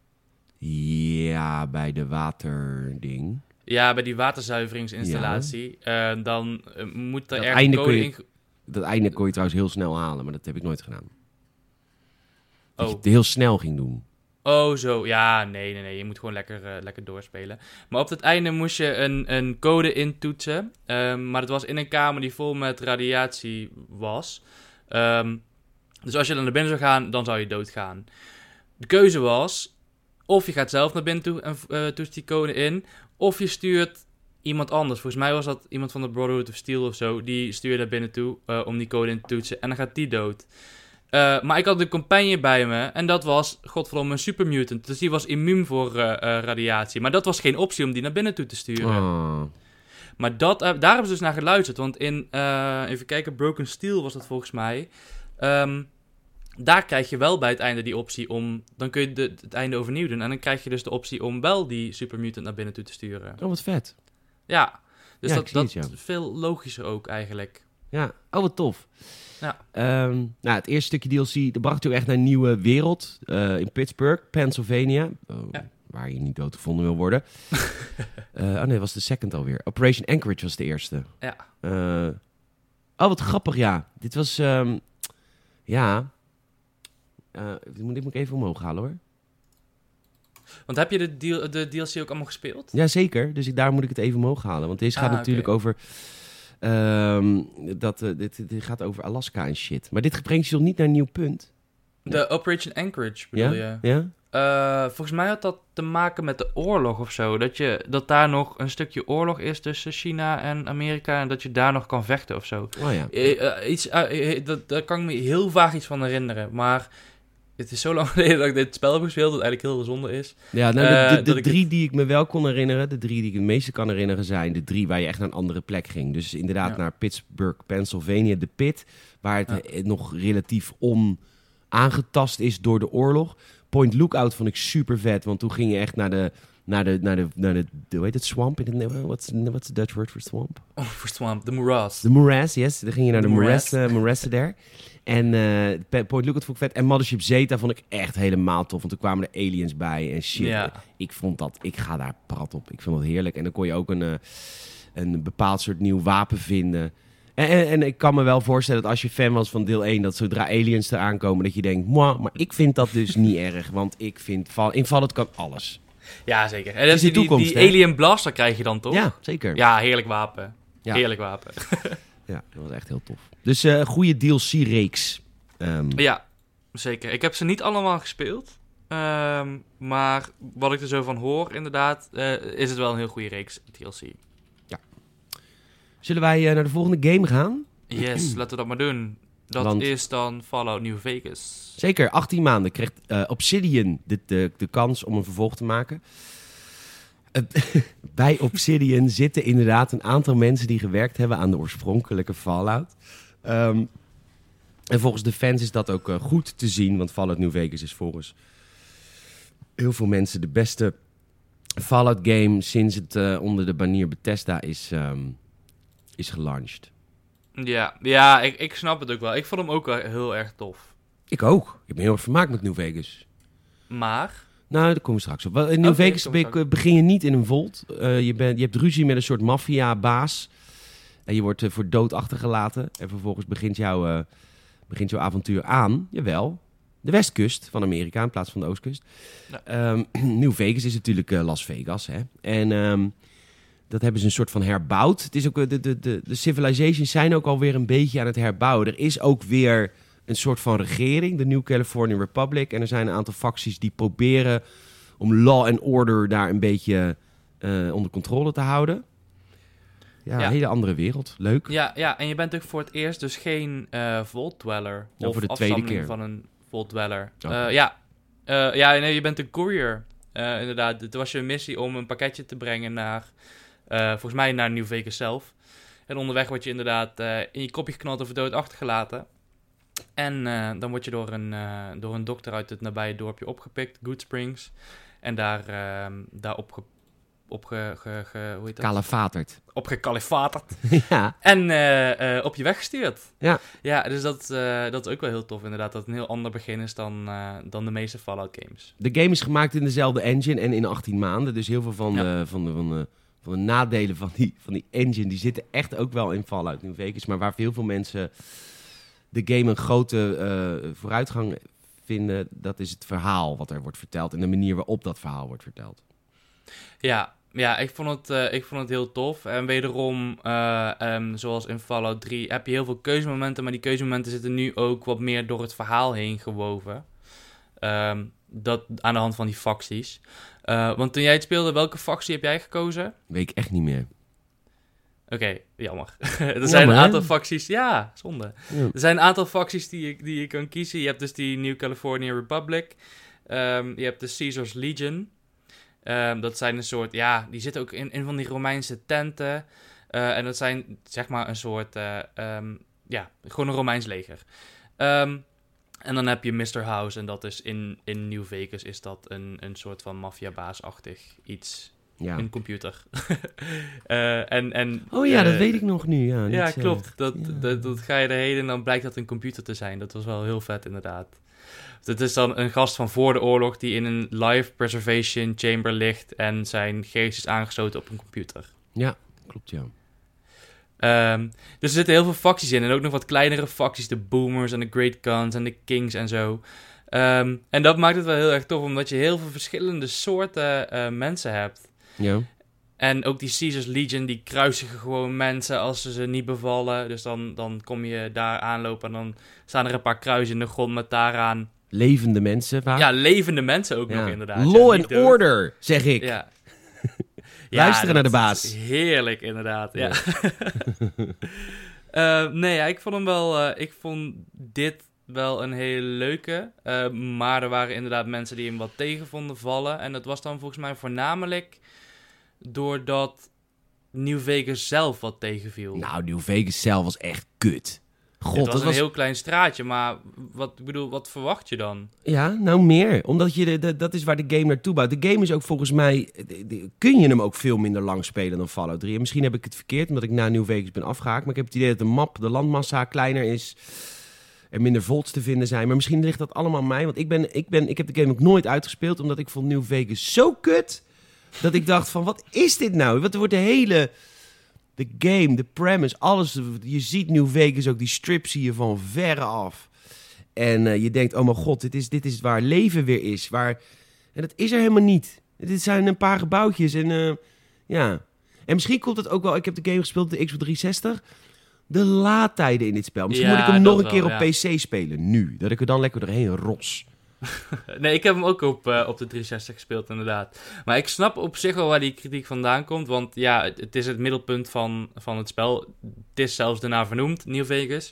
Ja, bij de waterding. Ja, bij die waterzuiveringsinstallatie. Ja. Dan moet er ergens code dat einde kon je trouwens heel snel halen, maar dat heb ik nooit gedaan. Dat je het heel snel ging doen. Oh, zo. Ja, nee. Je moet gewoon lekker doorspelen. Maar op het einde moest je een code intoetsen. Maar het was in een kamer die vol met radiatie was. Dus als je dan naar binnen zou gaan, dan zou je doodgaan. De keuze was, of je gaat zelf naar binnen toe en toetst die code in. Of je stuurt iemand anders. Volgens mij was dat iemand van de Brotherhood of Steel of zo. Die stuurde naar binnen toe om die code in te toetsen. En dan gaat die dood. Maar ik had een compagnon bij me en dat was, godverdomme, een supermutant. Dus die was immuun voor radiatie. Maar dat was geen optie om die naar binnen toe te sturen. Oh. Maar daar hebben ze dus naar geluisterd. Want in, even kijken, Broken Steel was dat volgens mij. Daar krijg je wel bij het einde die optie om... Dan kun je het einde overnieuw doen. En dan krijg je dus de optie om wel die supermutant naar binnen toe te sturen. Oh, wat vet. Ja, dus ja, dat is veel logischer ook eigenlijk. Ja, oh wat tof. Ja. Het eerste stukje DLC, dat bracht je ook echt naar een nieuwe wereld. In Pittsburgh, Pennsylvania. Waar je niet doodgevonden wil worden. Dat was de second alweer. Operation Anchorage was de eerste. Ja. Wat grappig, ja. Dit was... moet ik even omhoog halen, hoor. Want heb je de DLC ook allemaal gespeeld? Jazeker, dus daar moet ik het even omhoog halen. Want deze gaat natuurlijk over Dit gaat over Alaska en shit. Maar dit brengt je toch niet naar een nieuw punt? De Operation Anchorage bedoel je? Ja? Volgens mij had dat te maken met de oorlog of zo. Dat daar nog een stukje oorlog is tussen China en Amerika en dat je daar nog kan vechten of zo. Oh ja. Daar kan ik me heel vaag iets van herinneren. Maar het is zo lang geleden dat ik dit spel heb gespeeld, dat eigenlijk heel zonde is. Ja, nou, de dat drie die ik me wel kon herinneren, de 3 die ik het meeste kan herinneren, zijn de 3 waar je echt naar een andere plek ging. Dus inderdaad naar Pittsburgh, Pennsylvania, de Pit, waar het nog relatief onaangetast is door de oorlog. Point Lookout vond ik super vet, want toen ging je echt naar de hoe heet het, swamp? What's the Dutch word for swamp? Oh, voor swamp, de moerass. De morass, yes. Dan ging je naar de moerass. moerassen daar. En Point Lookout vond ik vet. En Mothership Zeta vond ik echt helemaal tof, want toen kwamen er aliens bij en shit. Ja. Ik ga daar prat op. Ik vond dat heerlijk. En dan kon je ook een bepaald soort nieuw wapen vinden. En ik kan me wel voorstellen dat als je fan was van deel 1... dat zodra aliens eraan komen, dat je denkt... maar ik vind dat dus niet erg. Want ik vind... in Fallout kan alles. Ja, zeker. En Het is de toekomst, die hè? Alien Blaster krijg je dan toch? Ja, zeker. Ja, heerlijk wapen. Ja. Heerlijk wapen. Ja, dat was echt heel tof. Dus goede DLC-reeks. Ja, zeker. Ik heb ze niet allemaal gespeeld. Maar wat ik er zo van hoor, inderdaad, is het wel een heel goede reeks DLC. Zullen wij naar de volgende game gaan? Yes, laten we dat maar doen. Dat is dan Fallout New Vegas. Zeker, 18 maanden kreeg Obsidian de kans om een vervolg te maken. Bij Obsidian zitten inderdaad een aantal mensen die gewerkt hebben aan de oorspronkelijke Fallout. En volgens de fans is dat ook goed te zien, want Fallout New Vegas is volgens heel veel mensen de beste Fallout game sinds het onder de banier Bethesda is gelaunched. Ja, ik snap het ook wel. Ik vond hem ook wel heel erg tof. Ik ook. Ik heb me heel erg vermaakt met New Vegas. Maar? Nou, daar komen we straks op. In New Vegas begin je niet in een vault. Je hebt ruzie met een soort maffia-baas. En je wordt voor dood achtergelaten. En vervolgens begint jouw avontuur aan. Jawel. De westkust van Amerika in plaats van de oostkust. Ja. New Vegas is natuurlijk Las Vegas. Hè? En dat hebben ze een soort van herbouwd. Het is ook, de civilizations zijn ook alweer een beetje aan het herbouwen. Er is ook weer een soort van regering, de New California Republic. En er zijn een aantal facties die proberen om law and order daar een beetje onder controle te houden. Ja, een hele andere wereld. Leuk. Ja, en je bent ook voor het eerst dus geen Vault Dweller. Nou, of voor de tweede keer. Van een Vault Dweller. Okay. Nee, je bent een courier. Inderdaad, het was je missie om een pakketje te brengen naar, volgens mij naar New Vegas zelf. En onderweg word je inderdaad in je kopje geknald of dood achtergelaten. En dan word je door een dokter uit het nabije dorpje opgepikt, Good Springs. En daar hoe heet dat? Kalefaterd. Opgekalefaterd. Ja. En op je weg gestuurd. Ja, Dus dat is ook wel heel tof inderdaad. Dat het een heel ander begin is dan de meeste Fallout games. De game is gemaakt in dezelfde engine en in 18 maanden. Dus heel veel van de nadelen van die engine, die zitten echt ook wel in Fallout New Vegas. Maar waar heel veel mensen de game een grote vooruitgang vinden, dat is het verhaal wat er wordt verteld en de manier waarop dat verhaal wordt verteld. Ja, ik vond het heel tof. En wederom, zoals in Fallout 3, heb je heel veel keuzemomenten, maar die keuzemomenten zitten nu ook wat meer door het verhaal heen gewoven. Dat aan de hand van die facties. Want toen jij het speelde, welke factie heb jij gekozen? Weet ik echt niet meer. Oké, jammer. Er zijn een aantal facties... Ja, zonde. Ja. Er zijn een aantal facties die je kan kiezen. Je hebt dus die New California Republic. Je hebt de Caesar's Legion. Dat zijn een soort... Ja, die zitten ook in van die Romeinse tenten. En dat zijn, zeg maar, een soort... gewoon een Romeins leger. En dan heb je Mr. House. En dat is in New Vegas is dat een soort van maffiabaasachtig iets... Ja. Een computer. Dat weet ik nog nu. Ja, klopt. Dat ga je erheen en dan blijkt dat een computer te zijn. Dat was wel heel vet, inderdaad. Het is dan een gast van voor de oorlog die in een live preservation chamber ligt en zijn geest is aangesloten op een computer. Ja, klopt, ja. Dus er zitten heel veel facties in en ook nog wat kleinere facties. De Boomers en de Great Guns en de Kings en zo. En dat maakt het wel heel erg tof, omdat je heel veel verschillende soorten mensen hebt. Ja. En ook die Caesar's Legion, die kruisigen gewoon mensen als ze niet bevallen. Dus dan kom je daar aanlopen en dan staan er een paar kruisen in de grond met daaraan... Levende mensen vaak. Ja, levende mensen ook nog inderdaad. Law ja, and order, zeg ik. Ja. Luisteren naar de dat baas. is heerlijk, inderdaad. Ja. Ja. Ik vond hem wel... ik vond dit wel een hele leuke. Maar er waren inderdaad mensen die hem wat tegen vonden vallen. En dat was dan volgens mij voornamelijk doordat New Vegas zelf wat tegenviel. Nou, New Vegas zelf was echt kut. God, het was een heel klein straatje, maar wat verwacht je dan? Ja, nou meer. Omdat dat is waar de game naartoe bouwt. De game is ook volgens mij... kun je hem ook veel minder lang spelen dan Fallout 3. En misschien heb ik het verkeerd, omdat ik na New Vegas ben afgehaakt. Maar ik heb het idee dat de landmassa kleiner is. Er minder volts te vinden zijn. Maar misschien ligt dat allemaal aan mij. Want ik heb de game ook nooit uitgespeeld. Omdat ik vond New Vegas zo kut. Dat ik dacht van, wat is dit nou? Wat wordt de game, de premise, alles. Je ziet New Vegas ook, die strip zie je van verre af. En je denkt, oh mijn god, dit is waar leven weer is. En dat is er helemaal niet. Dit zijn een paar gebouwtjes en ja. En misschien komt het ook wel, ik heb de game gespeeld op de Xbox 360. De laadtijden in dit spel. Misschien moet ik hem nog een keer op PC spelen, nu. Dat ik er dan lekker doorheen ros. Nee, ik heb hem ook op de 360 gespeeld, inderdaad. Maar ik snap op zich wel waar die kritiek vandaan komt. Want ja, het is het middelpunt van het spel. Het is zelfs daarna vernoemd, New Vegas.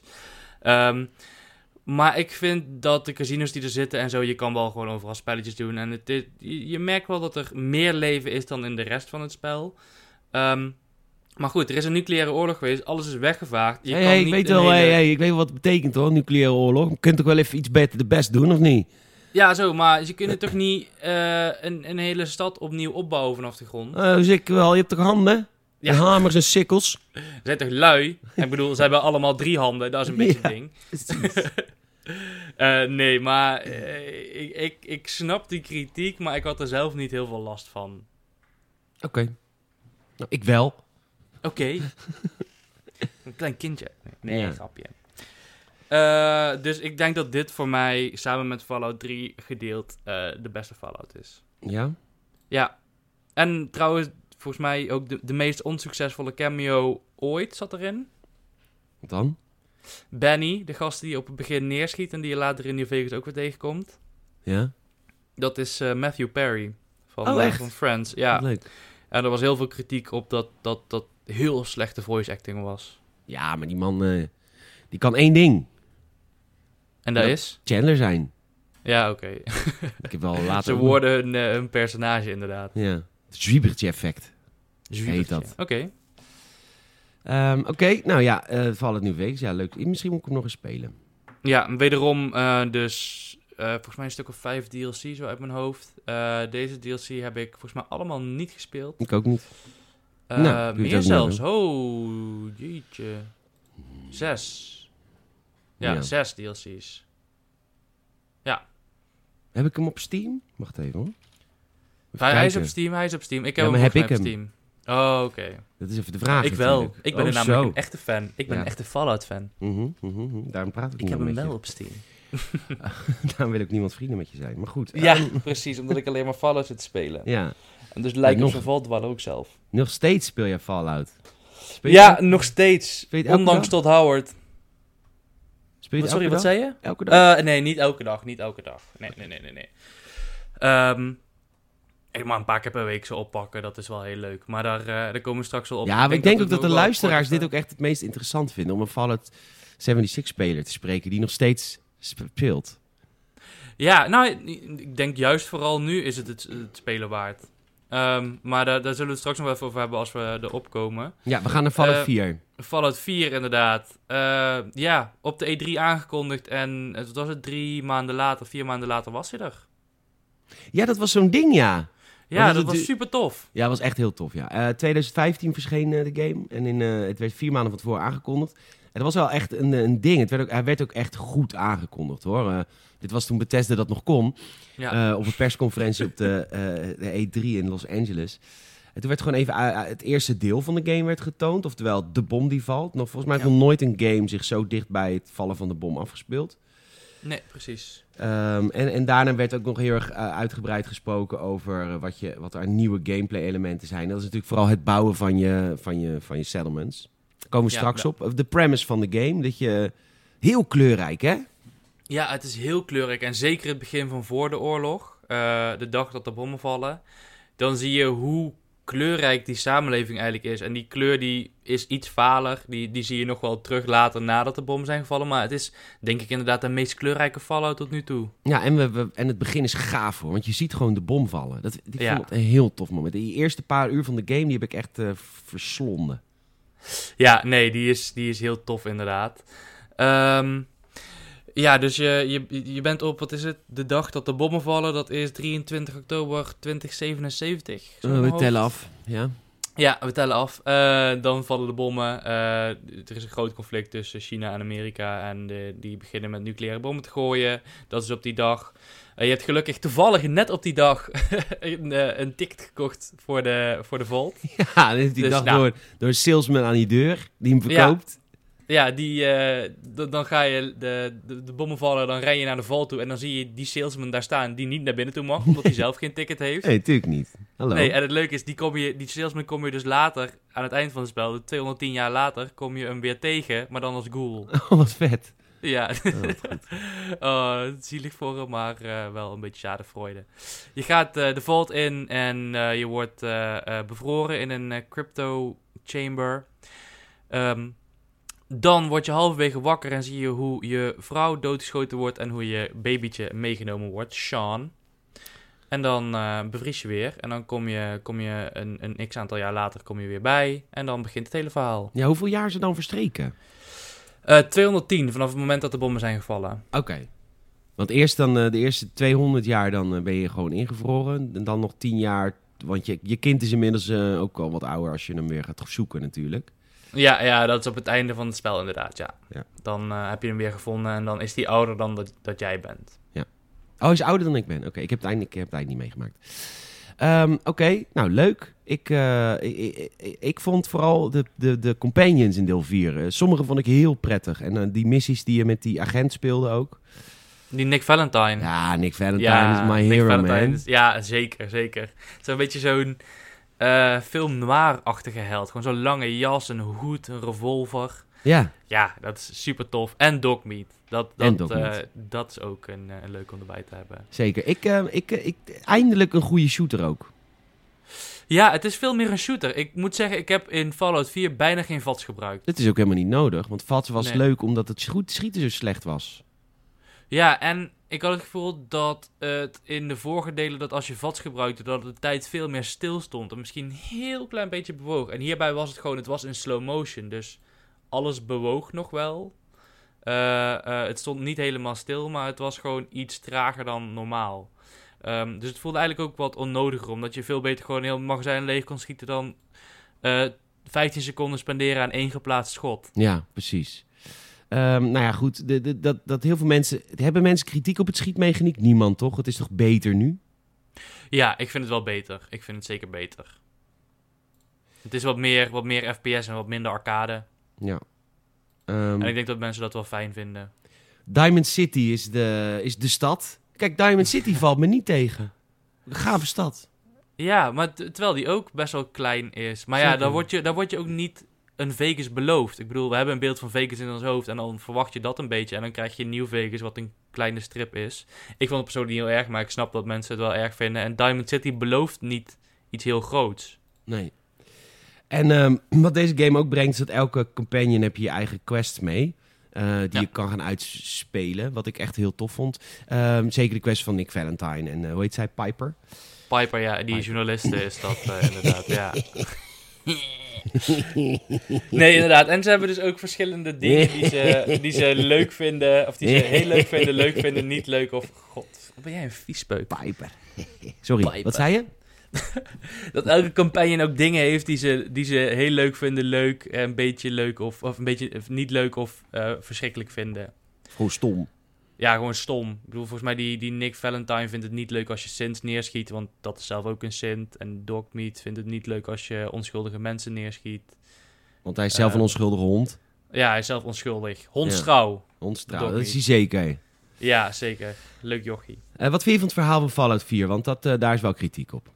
Maar ik vind dat de casinos die er zitten en zo... je kan wel gewoon overal spelletjes doen. En je merkt wel dat er meer leven is dan in de rest van het spel. Maar goed, er is een nucleaire oorlog geweest. Alles is weggevaagd. Ik weet wel wat het betekent hoor, nucleaire oorlog. Je kunt toch wel even iets beter de best doen, of niet? Ja, zo, maar ze kunnen toch niet een hele stad opnieuw opbouwen vanaf de grond? Dus ik wel, je hebt toch handen? Ja. En hamers en sikkels? Ze zijn toch lui? Ik bedoel, ze hebben allemaal 3 handen, dat is een beetje het ding. Nee, maar ik snap die kritiek, maar ik had er zelf niet heel veel last van. Oké. Nou, ik wel. Oké. Een klein kindje. Nee, Ja. grapje. Dus ik denk dat dit voor mij, samen met Fallout 3 gedeeld, de beste Fallout is. Ja? Ja. En trouwens, volgens mij ook de meest onsuccesvolle cameo ooit zat erin. Wat dan? Benny, de gast die op het begin neerschiet en die je later in New Vegas ook weer tegenkomt. Ja? Dat is Matthew Perry Oh, echt? van Friends. Ja. Wat leuk. En er was heel veel kritiek op dat heel slechte voice acting was. Ja, maar die man, die kan één ding. En dat Ja. is? Chandler zijn. Ja, oké. Ik heb wel later... Ze worden hun personage inderdaad. Ja. Het Zwiebertje effect. Heet dat. Oké. Oké, nou ja, Fallout New Vegas. Ja, leuk. Misschien moet ik hem nog eens spelen. Ja, wederom dus volgens mij een stuk of 5 DLC zo uit mijn hoofd. Deze DLC heb ik volgens mij allemaal niet gespeeld. Ik ook niet. Nou, kun je het meer ook zelfs. nou Oh, jeetje. 6. Ja, 6 DLC's. Ja. Heb ik hem op Steam? Wacht even hoor. Hij is op Steam. Ik heb hem maar heb ik op hem? Steam. Oh, oké. Dat is even de vraag. Ik wel. natuurlijk. Ik ben Oh, namelijk zo. een echte fan. Ik ben Ja. een echte Fallout-fan. Daarom praat ik Ik niet heb hem met wel je. op Steam. Daarom wil ik niemand vrienden met je zijn. Maar goed. Ja, precies. Omdat ik alleen maar Fallout zit te spelen. Ja. En dus lijkt nog- op zijn valdwalen ook zelf. Nog steeds speel je Fallout. Speel je Ja, dat? nog steeds. Speel je het elke Ondanks dag? Todd Howard. Speel je het Sorry, elke wat dag? zei je? Elke dag? Nee, niet elke dag. Niet elke dag. Nee. Ik mag een paar keer per week zo oppakken. Dat is wel heel leuk. Maar daar komen we straks wel op. Ja, maar ik denk ook het dat de wel luisteraars kort dit ook echt het meest interessant vinden. Om een Fallout 76-speler te spreken die nog steeds speelt. Ja, nou, ik denk juist vooral nu is het spelen waard. Maar daar zullen we het straks nog wel even over hebben als we erop komen. Ja, we gaan naar Fallout 4. Fallout 4 inderdaad. Ja, op de E3 aangekondigd en het was het 4 maanden later was hij er. Ja, dat was zo'n ding, ja. Ja, Was dat het was de- super tof. Ja, dat was echt heel tof, ja. 2015 verscheen de game. En het werd 4 maanden van tevoren aangekondigd. En dat was wel echt een ding. Hij werd ook echt goed aangekondigd, hoor. Dit was toen Bethesda dat nog kon. Ja. Op een persconferentie op de E3 in Los Angeles. En toen werd gewoon even het eerste deel van de game werd getoond. Oftewel, de bom die valt. Volgens mij heeft nog nooit een game zich zo dicht bij het vallen van de bom afgespeeld. Nee, precies. En daarna werd ook nog heel erg uitgebreid gesproken over wat er aan nieuwe gameplay-elementen zijn. Dat is natuurlijk vooral het bouwen van je settlements. Daar komen we straks op. De premise van de game, dat je heel kleurrijk, hè? Ja, het is heel kleurrijk. En zeker het begin van voor de oorlog, de dag dat de bommen vallen, dan zie je hoe kleurrijk die samenleving eigenlijk is. En die kleur die is iets valer. Die zie je nog wel terug later nadat de bommen zijn gevallen. Maar het is denk ik inderdaad de meest kleurrijke Fallout tot nu toe. Ja, en het begin is gaaf hoor. Want je ziet gewoon de bom vallen. Ik vond het een heel tof moment. Die eerste paar uur van de game die heb ik echt verslonden. Ja, nee, die is heel tof inderdaad. Ja, dus je bent op, wat is het, de dag dat de bommen vallen. Dat is 23 oktober 2077. We tellen af, ja. Ja, we tellen af. Dan vallen de bommen. Er is een groot conflict tussen China en Amerika. En die beginnen met nucleaire bommen te gooien. Dat is op die dag. Je hebt gelukkig toevallig net op die dag een ticket gekocht voor de Vault. Ja, die dus, dag door een salesman aan die deur die hem verkoopt. Ja, dan ga je de bommen vallen, dan ren je naar de Vault toe en dan zie je die salesman daar staan die niet naar binnen toe mag, omdat hij zelf geen ticket heeft. Nee, natuurlijk niet. Hallo. Nee, en het leuke is, die salesman kom je dus later, aan het eind van het spel, 210 jaar later, kom je hem weer tegen, maar dan als ghoul. Oh, wat vet. Ja, wat goed. Zielig voor hem, maar wel een beetje schadenfreude. Je gaat de Vault in en je wordt bevroren in een crypto chamber. Dan word je halverwege wakker en zie je hoe je vrouw doodgeschoten wordt en hoe je babytje meegenomen wordt, Sean. En dan bevries je weer en dan kom je een x-aantal jaar later kom je weer bij en dan begint het hele verhaal. Ja, hoeveel jaar is er dan verstreken? 210 vanaf het moment dat de bommen zijn gevallen. Oké. Want eerst dan de eerste 200 jaar dan ben je gewoon ingevroren en dan nog 10 jaar, want je kind is inmiddels ook al wat ouder als je hem weer gaat zoeken natuurlijk. Ja, dat is op het einde van het spel inderdaad, ja. Dan heb je hem weer gevonden en dan is hij ouder dan dat jij bent. Ja. Oh, hij is ouder dan ik ben. Oké, ik heb het eigenlijk niet meegemaakt. Oké, nou leuk. Ik vond vooral de companions in deel 4. Sommige vond ik heel prettig. En die missies die je met die agent speelde ook. Die Nick Valentine. Ja, Nick Valentine is my hero, Valentine man. Ja, zeker. Zo'n beetje zo'n film noir-achtige held. Gewoon zo'n lange jas, een hoed, een revolver. Ja. Ja, dat is super tof. En Dogmeat. Dat is ook een leuk om erbij te hebben. Zeker. Ik eindelijk een goede shooter ook. Ja, het is veel meer een shooter. Ik moet zeggen, ik heb in Fallout 4 bijna geen VATS gebruikt. Dat is ook helemaal niet nodig. Want VATS was leuk omdat het schieten zo slecht was. Ja, en ik had het gevoel dat het in de vorige delen, dat als je VATS gebruikte, dat de tijd veel meer stil stond. En misschien een heel klein beetje bewoog. En hierbij was het gewoon, het was in slow motion. Dus alles bewoog nog wel. Het stond niet helemaal stil, maar het was gewoon iets trager dan normaal. Dus het voelde eigenlijk ook wat onnodiger, omdat je veel beter gewoon een heel magazijn leeg kon schieten dan 15 seconden spenderen aan 1 geplaatst schot. Ja, precies. Nou ja, goed. Dat heel veel mensen... Hebben mensen kritiek op het schietmechaniek? Niemand, toch? Het is toch beter nu? Ja, ik vind het wel beter. Ik vind het zeker beter. Het is wat meer FPS en wat minder arcade. Ja. En ik denk dat mensen dat wel fijn vinden. Diamond City is de stad. Kijk, Diamond City valt me niet tegen. Een gave stad. Ja, maar terwijl die ook best wel klein is. Maar zeker. Ja, daar word je ook niet een Vegas beloofd. Ik bedoel, we hebben een beeld van Vegas in ons hoofd en dan verwacht je dat een beetje. En dan krijg je een nieuw Vegas wat een kleine strip is. Ik vond het persoonlijk niet heel erg, maar ik snap dat mensen het wel erg vinden. En Diamond City belooft niet iets heel groots. Nee. En wat deze game ook brengt, is dat elke companion heb je eigen quests mee. Die je kan gaan uitspelen. Wat ik echt heel tof vond. Zeker de quest van Nick Valentine. En hoe heet zij? Piper? Piper, ja. Die journaliste is dat inderdaad, ja. Nee, inderdaad. En ze hebben dus ook verschillende dingen die ze leuk vinden. Of die ze heel leuk vinden, niet leuk. Of, god, wat ben jij een viespeuk. Piper. Sorry, Piper. Wat zei je? Dat elke campagne ook dingen heeft die ze heel leuk vinden, leuk, een beetje leuk of een beetje niet leuk of verschrikkelijk vinden. Gewoon stom. Ja, gewoon stom. Ik bedoel, volgens mij die Nick Valentine vindt het niet leuk als je Sint neerschiet, want dat is zelf ook een Sint. En Dogmeat vindt het niet leuk als je onschuldige mensen neerschiet. Want hij is zelf een onschuldige hond. Ja, hij is zelf onschuldig. Hondstrouw. Ja. Hondstrouw, dat is hij zeker. Ja, zeker. Leuk jochie. Wat vind je van het verhaal van Fallout 4? Want daar is wel kritiek op.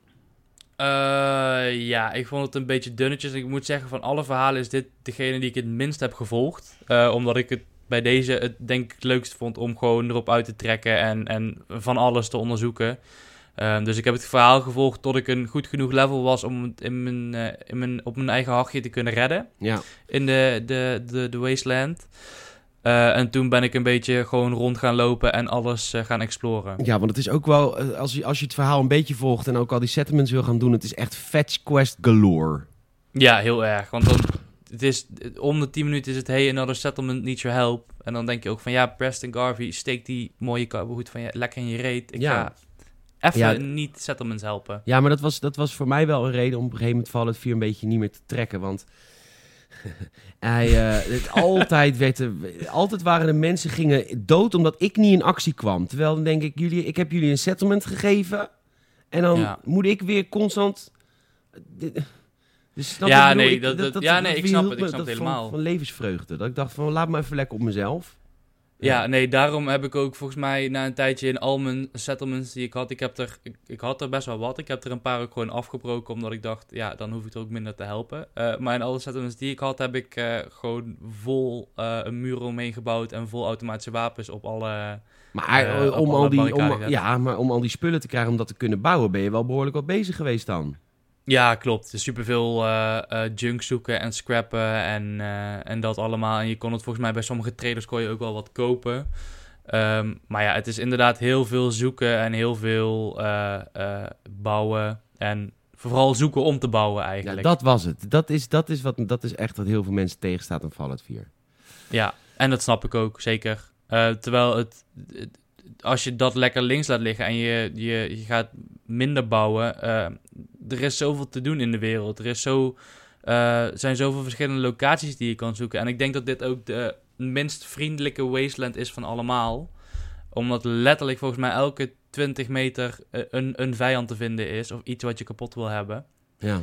Ja, ik vond het een beetje dunnetjes. Ik moet zeggen, van alle verhalen is dit degene die ik het minst heb gevolgd. Omdat ik het bij deze het denk ik het leukst vond om gewoon erop uit te trekken en van alles te onderzoeken. Dus ik heb het verhaal gevolgd tot ik een goed genoeg level was om het op mijn eigen hachje te kunnen redden. Ja. In de Wasteland. En toen ben ik een beetje gewoon rond gaan lopen en alles gaan exploren. Ja, want het is ook wel, als je het verhaal een beetje volgt en ook al die settlements wil gaan doen, het is echt fetch quest galore. Ja, heel erg. Want dan, het is, om de 10 minuten is het, hey, another settlement needs your help. En dan denk je ook van, ja, Preston Garvey, steek die mooie cowboyhoed van je lekker in je reet. Ik ga even niet settlements helpen. Ja, maar dat was voor mij wel een reden om op een gegeven moment Fallout 4 een beetje niet meer te trekken, want... altijd waren de mensen gingen dood omdat ik niet in actie kwam. Terwijl dan denk ik, ik heb jullie een settlement gegeven en dan moet ik weer constant... Dus snap ja, ik nee, ik snap het helemaal. Van levensvreugde. Dat ik dacht van, laat me even lekker op mezelf. Ja, nee, daarom heb ik ook volgens mij na een tijdje in al mijn settlements die ik had, ik had er best wel wat. Ik heb er een paar ook gewoon afgebroken, omdat ik dacht, ja, dan hoef ik er ook minder te helpen. Maar in alle settlements die ik had, heb ik gewoon vol een muur omheen gebouwd en vol automatische wapens op alle... Maar om al die spullen te krijgen om dat te kunnen bouwen, ben je wel behoorlijk wat bezig geweest dan. Ja, klopt. Dus superveel junk zoeken en scrappen en dat allemaal. En je kon het volgens mij bij sommige traders kon je ook wel wat kopen. Maar ja, het is inderdaad heel veel zoeken en heel veel bouwen. En vooral zoeken om te bouwen eigenlijk. Ja, dat was het. Dat is echt wat heel veel mensen tegenstaat aan Fallout 4. Ja, en dat snap ik ook, zeker. Terwijl als je dat lekker links laat liggen en je gaat minder bouwen... er is zoveel te doen in de wereld. Er zijn zoveel verschillende locaties die je kan zoeken. En ik denk dat dit ook de minst vriendelijke wasteland is van allemaal. Omdat letterlijk volgens mij elke 20 meter een vijand te vinden is. Of iets wat je kapot wil hebben. Ja.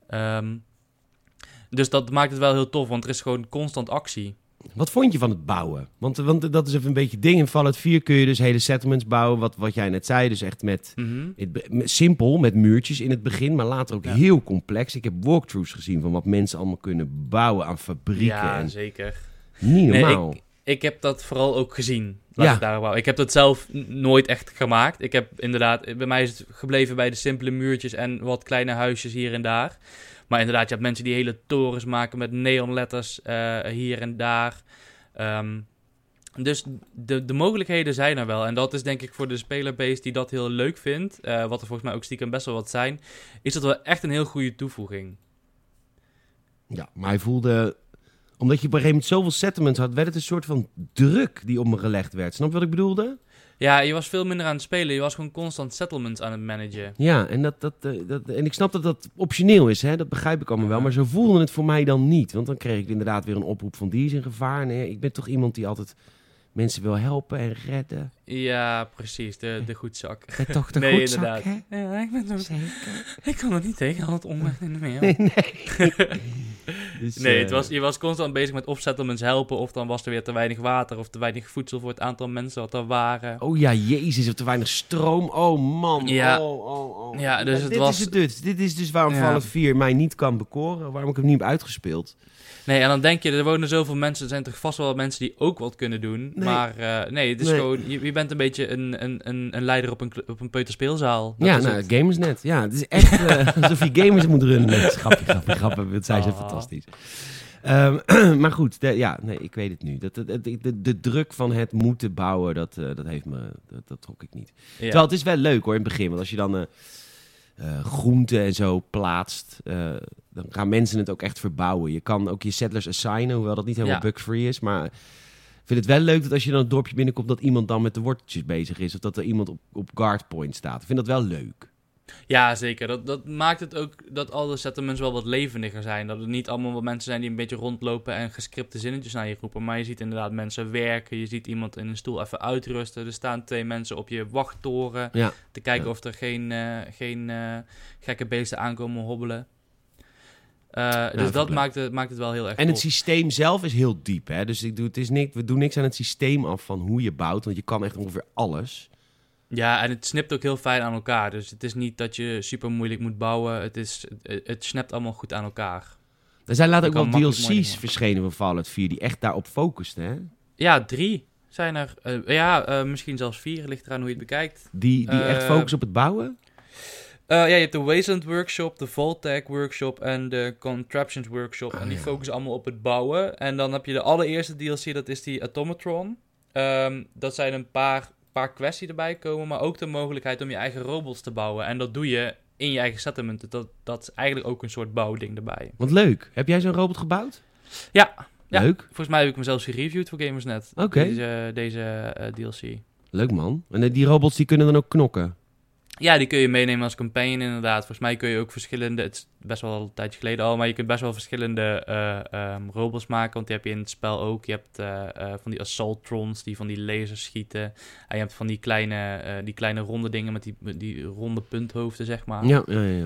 Dus dat maakt het wel heel tof, want er is gewoon constant actie. Wat vond je van het bouwen? Want dat is even een beetje het ding. In Fallout 4 kun je dus hele settlements bouwen. Wat jij net zei. Dus echt simpel, met muurtjes in het begin. Maar later ook heel complex. Ik heb walkthroughs gezien van wat mensen allemaal kunnen bouwen aan fabrieken. Ja, zeker. Niet normaal. Nee, ik heb dat vooral ook gezien. Ik heb dat zelf nooit echt gemaakt. Ik heb inderdaad... Bij mij is het gebleven bij de simpele muurtjes en wat kleine huisjes hier en daar. Maar inderdaad, je hebt mensen die hele torens maken met neonletters hier en daar. Dus de mogelijkheden zijn er wel. En dat is denk ik voor de spelerbase die dat heel leuk vindt, wat er volgens mij ook stiekem best wel wat zijn, is dat wel echt een heel goede toevoeging. Ja, maar hij voelde... Omdat je op een gegeven moment zoveel settlements had, werd het een soort van druk die op me gelegd werd. Snap je wat ik bedoelde? Ja, je was veel minder aan het spelen. Je was gewoon constant settlements aan het managen. Ja, en ik snap dat dat optioneel is, hè? Dat begrijp ik allemaal wel. Maar zo voelde het voor mij dan niet. Want dan kreeg ik inderdaad weer een oproep van die is in gevaar. Nee, ik ben toch iemand die altijd mensen wil helpen en redden. Ja, precies. De goedzak. Toch de goedzak, hè? Ja, ik ben zo... Zeker. Ik kan er niet tegen, al het onrecht in de meer. Nee. Je was constant bezig met of settlements helpen, of dan was er weer te weinig water, of te weinig voedsel voor het aantal mensen wat er waren. Oh ja, jezus, of te weinig stroom. Oh man, ja. Ja, dus dit is dus waarom Fallout 4 mij niet kan bekoren, waarom ik hem niet heb uitgespeeld. Nee, en dan denk je, er wonen zoveel mensen, er zijn toch vast wel mensen die ook wat kunnen doen. Nee. Maar het is gewoon, je bent een beetje een leider op een peuterspeelzaal. Gamersnet. Ja, het is echt alsof je gamers moet runnen. Nee, grappig. Dat zijn ze fantastisch. Maar goed, ik weet het nu. De druk van het moeten bouwen, dat trok ik niet. Ja. Terwijl het is wel leuk hoor, in het begin. Want als je dan groenten en zo plaatst, dan gaan mensen het ook echt verbouwen. Je kan ook je settlers assignen, hoewel dat niet helemaal bug-free is. Maar ik vind het wel leuk dat als je dan het dorpje binnenkomt, dat iemand dan met de worteltjes bezig is. Of dat er iemand op guard point staat. Ik vind dat wel leuk. Ja, zeker. Dat maakt het ook dat alle settlements wel wat levendiger zijn. Dat het niet allemaal wat mensen zijn die een beetje rondlopen en gescripte zinnetjes naar je roepen. Maar je ziet inderdaad mensen werken. Je ziet iemand in een stoel even uitrusten. Er staan 2 mensen op je wachttoren te kijken of er geen gekke beesten aankomen hobbelen. Dus dat maakt het wel heel erg En het tof. systeem zelf is heel diep, hè? Dus we doen niks aan het systeem af van hoe je bouwt, want je kan echt ongeveer alles. Ja, en het snipt ook heel fijn aan elkaar. Dus het is niet dat je super moeilijk moet bouwen. Het snapt allemaal goed aan elkaar. Er zijn later ook kan wel makkelijk mooie DLC's dingen. verschenen van Fallout 4 die echt daarop focusten, hè? Ja, 3 zijn er. Misschien zelfs 4, ligt eraan hoe je het bekijkt. Die echt focussen op het bouwen. Je hebt de Wasteland Workshop, de Vault-Tec Workshop en de Contraptions Workshop. En die focussen allemaal op het bouwen. En dan heb je de allereerste DLC, dat is die Automatron. Dat zijn een paar quests die erbij komen, maar ook de mogelijkheid om je eigen robots te bouwen. En dat doe je in je eigen settlement. Dat is eigenlijk ook een soort bouwding erbij. Wat leuk. Heb jij zo'n robot gebouwd? Ja. Leuk. Volgens mij heb ik hem zelfs gereviewd voor Gamersnet. Oké. Deze DLC. Leuk, man. En die robots die kunnen dan ook knokken? Ja, die kun je meenemen als companion inderdaad. Volgens mij kun je ook verschillende... Het is best wel een tijdje geleden al, maar je kunt best wel verschillende robots maken. Want die heb je in het spel ook. Je hebt van die Assaultrons die van die lasers schieten. En je hebt van die kleine ronde dingen met die ronde punthoofden, zeg maar. Ja.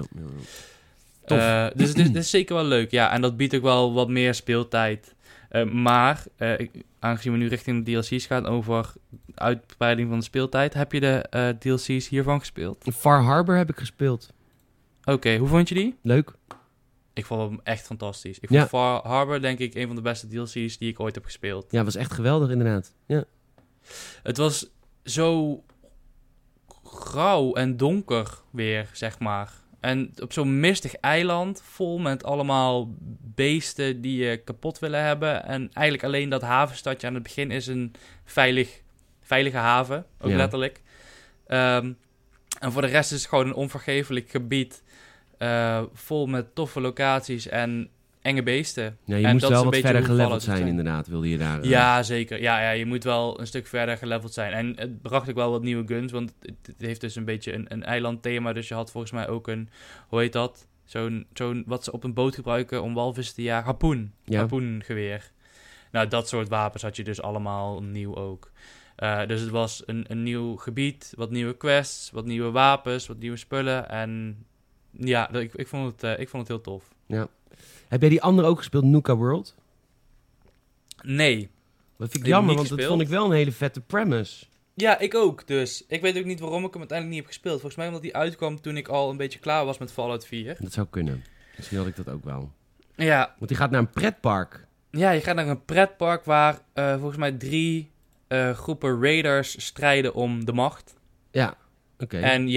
Tof. Dus het is zeker wel leuk, ja. En dat biedt ook wel wat meer speeltijd. Maar, aangezien we nu richting de DLC's gaan over uitbreiding van de speeltijd, heb je de DLC's hiervan gespeeld? Far Harbor heb ik gespeeld. Oké, hoe vond je die? Leuk. Ik vond hem echt fantastisch. Ik vond Far Harbor denk ik een van de beste DLC's die ik ooit heb gespeeld. Ja, was echt geweldig inderdaad. Ja. Het was zo grauw en donker weer, zeg maar. En op zo'n mistig eiland, vol met allemaal beesten die je kapot willen hebben. En eigenlijk alleen dat havenstadje aan het begin is een veilige haven, ook letterlijk. En voor de rest is het gewoon een onvergeeflijk gebied, vol met toffe locaties en enge beesten. Ja, je en moest dat wel is een wat beetje verder hoe geleveld Fallout zijn inderdaad, wilde je daar... Ja, zeker. Ja, je moet wel een stuk verder geleveld zijn. En het bracht ook wel wat nieuwe guns, want het heeft dus een beetje een eilandthema. Dus je had volgens mij ook een, hoe heet dat? Zo'n wat ze op een boot gebruiken om walvissen te jagen. Harpoen. Ja. Harpoengeweer. Nou, dat soort wapens had je dus allemaal nieuw ook. Dus het was een nieuw gebied, wat nieuwe quests, wat nieuwe wapens, wat nieuwe spullen. En ja, ik vond het heel tof. Ja. Heb jij die andere ook gespeeld, Nuka World? Nee. Dat vind ik Ik heb jammer, niet want dat gespeeld. vond ik wel een hele vette premise. Ja, ik ook. Dus ik weet ook niet waarom ik hem uiteindelijk niet heb gespeeld. Volgens mij omdat hij uitkwam toen ik al een beetje klaar was met Fallout 4. Dat zou kunnen. Misschien had ik dat ook wel. Ja, Want die gaat naar een pretpark. je gaat naar een pretpark waar volgens mij 3 groepen raiders strijden om de macht. Ja, oké. En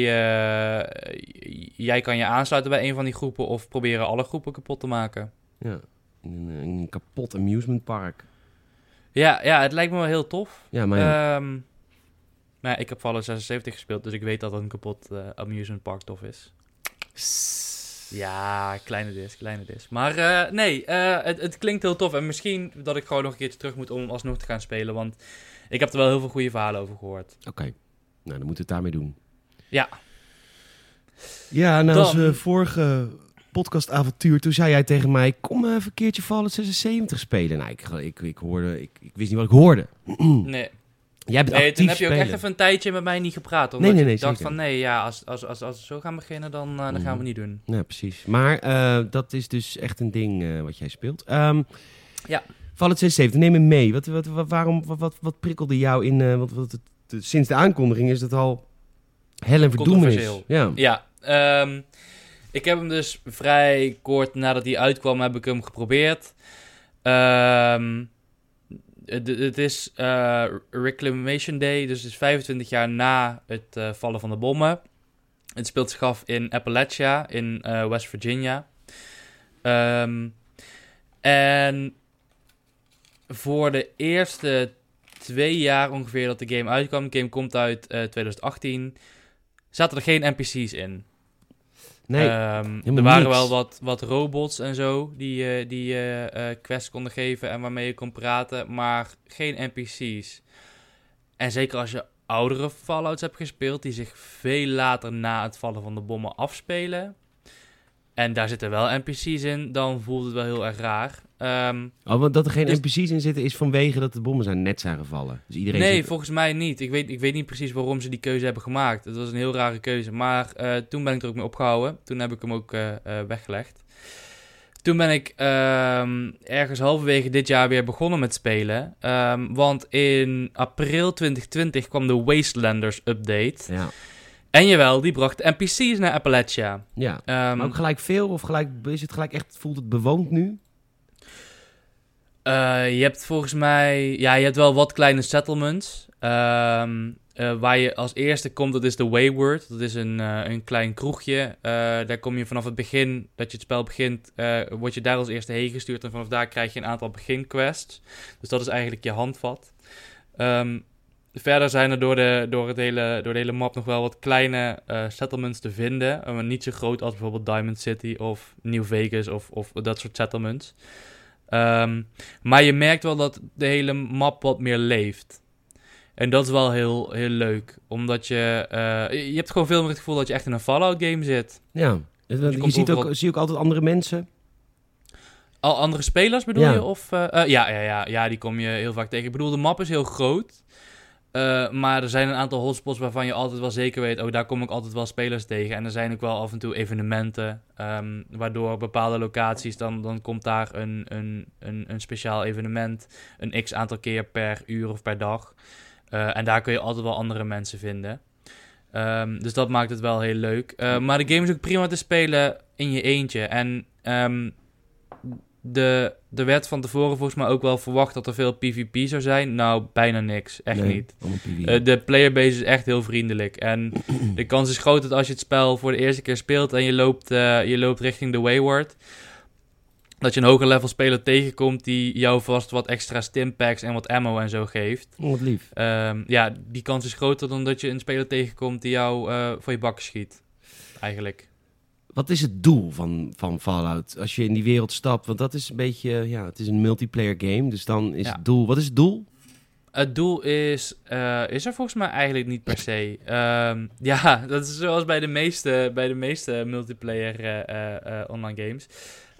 jij kan je aansluiten bij een van die groepen of proberen alle groepen kapot te maken. Ja, een kapot amusementpark. Ja, het lijkt me wel heel tof. Ja, maar ja. Maar ik heb Fallout 76 gespeeld, dus ik weet dat een kapot amusement park tof is. Ja, kleine dis. Maar nee, het klinkt heel tof. En misschien dat ik gewoon nog een keertje terug moet om alsnog te gaan spelen. Want ik heb er wel heel veel goede verhalen over gehoord. Oké. Nou, dan moeten we het daarmee doen. Ja. Ja, na Dan- onze vorige podcastavontuur, toen zei jij tegen mij, kom even een keertje Fallout 76 spelen. Nou, ik wist niet wat ik hoorde. Nee. Jij bent Nee, actief toen heb je ook spelen. echt even een tijdje met mij niet gepraat. Omdat Nee, ik dacht zeker. van nee, ja, als we zo gaan beginnen, dan gaan we het niet doen. Ja, precies. Maar dat is dus echt een ding wat jij speelt. Ja. Fallout 76, neem me mee. Wat prikkelde jou in... sinds de aankondiging is het al hel en verdoemenis. Controversieel. Ja. Ja, ik heb hem dus vrij kort nadat hij uitkwam, heb ik hem geprobeerd. Het is Reclamation Day, dus het is 25 jaar na het vallen van de bommen. Het speelt zich af in Appalachia, in West Virginia. En voor de eerste 2 jaar ongeveer dat de game uitkwam, de game komt uit 2018, zaten er geen NPC's in. Nee, er waren niks. wel wat robots en zo die quests konden geven en waarmee je kon praten, maar geen NPC's. En zeker als je oudere Fallouts hebt gespeeld, die zich veel later na het vallen van de bommen afspelen, en daar zitten wel NPC's in, dan voelt het wel heel erg raar. want dat er geen dus- NPC's in zitten is vanwege dat de bommen net zijn gevallen. Dus iedereen Nee, zit- volgens mij niet. Ik weet niet precies waarom ze die keuze hebben gemaakt. Het was een heel rare keuze. Maar toen ben ik er ook mee opgehouden. Toen heb ik hem ook weggelegd. Toen ben ik ergens halverwege dit jaar weer begonnen met spelen. Want in april 2020 kwam de Wastelanders update. Ja. En jawel, die bracht NPC's naar Appalachia. Ja, maar ook gelijk veel of is het gelijk echt, voelt het bewoond nu? Je hebt volgens mij... Ja, je hebt wel wat kleine settlements. Waar je als eerste komt, dat is de Wayward. Dat is een klein kroegje. Daar kom je vanaf het begin, dat je het spel begint, word je daar als eerste heen gestuurd. En vanaf daar krijg je een aantal beginquests. Dus dat is eigenlijk je handvat. Verder zijn er door de hele map nog wel wat kleine settlements te vinden. Maar niet zo groot als bijvoorbeeld Diamond City of New Vegas of dat soort settlements. Maar je merkt wel dat de hele map wat meer leeft. En dat is wel heel, heel leuk. Omdat je hebt gewoon veel meer het gevoel dat je echt in een Fallout game zit. Ja, je ziet ook, zie je ook altijd andere mensen? Al andere spelers bedoel je? Of, ja, die kom je heel vaak tegen. Ik bedoel, de map is heel groot. Maar er zijn een aantal hotspots waarvan je altijd wel zeker weet... daar kom ik altijd wel spelers tegen. En er zijn ook wel af en toe evenementen... waardoor bepaalde locaties... dan komt daar een speciaal evenement... een x-aantal keer per uur of per dag. En daar kun je altijd wel andere mensen vinden. Dus dat maakt het wel heel leuk. Maar de game is ook prima te spelen in je eentje. En... Er werd van tevoren volgens mij ook wel verwacht dat er veel PvP zou zijn. Nou, bijna niks. Echt niet. De playerbase is echt heel vriendelijk. En de kans is groot dat als je het spel voor de eerste keer speelt en je loopt richting de Wayward, dat je een hoger level speler tegenkomt die jou vast wat extra stimpacks en wat ammo en zo geeft. Wat lief. Ja, die kans is groter dan dat je een speler tegenkomt die jou voor je bakken schiet. Eigenlijk. Wat is het doel van Fallout als je in die wereld stapt? Want dat is een beetje, het is een multiplayer game. Dus dan is het doel. Wat is het doel? Het doel is er volgens mij eigenlijk niet per se. Dat is zoals bij de meeste multiplayer online games.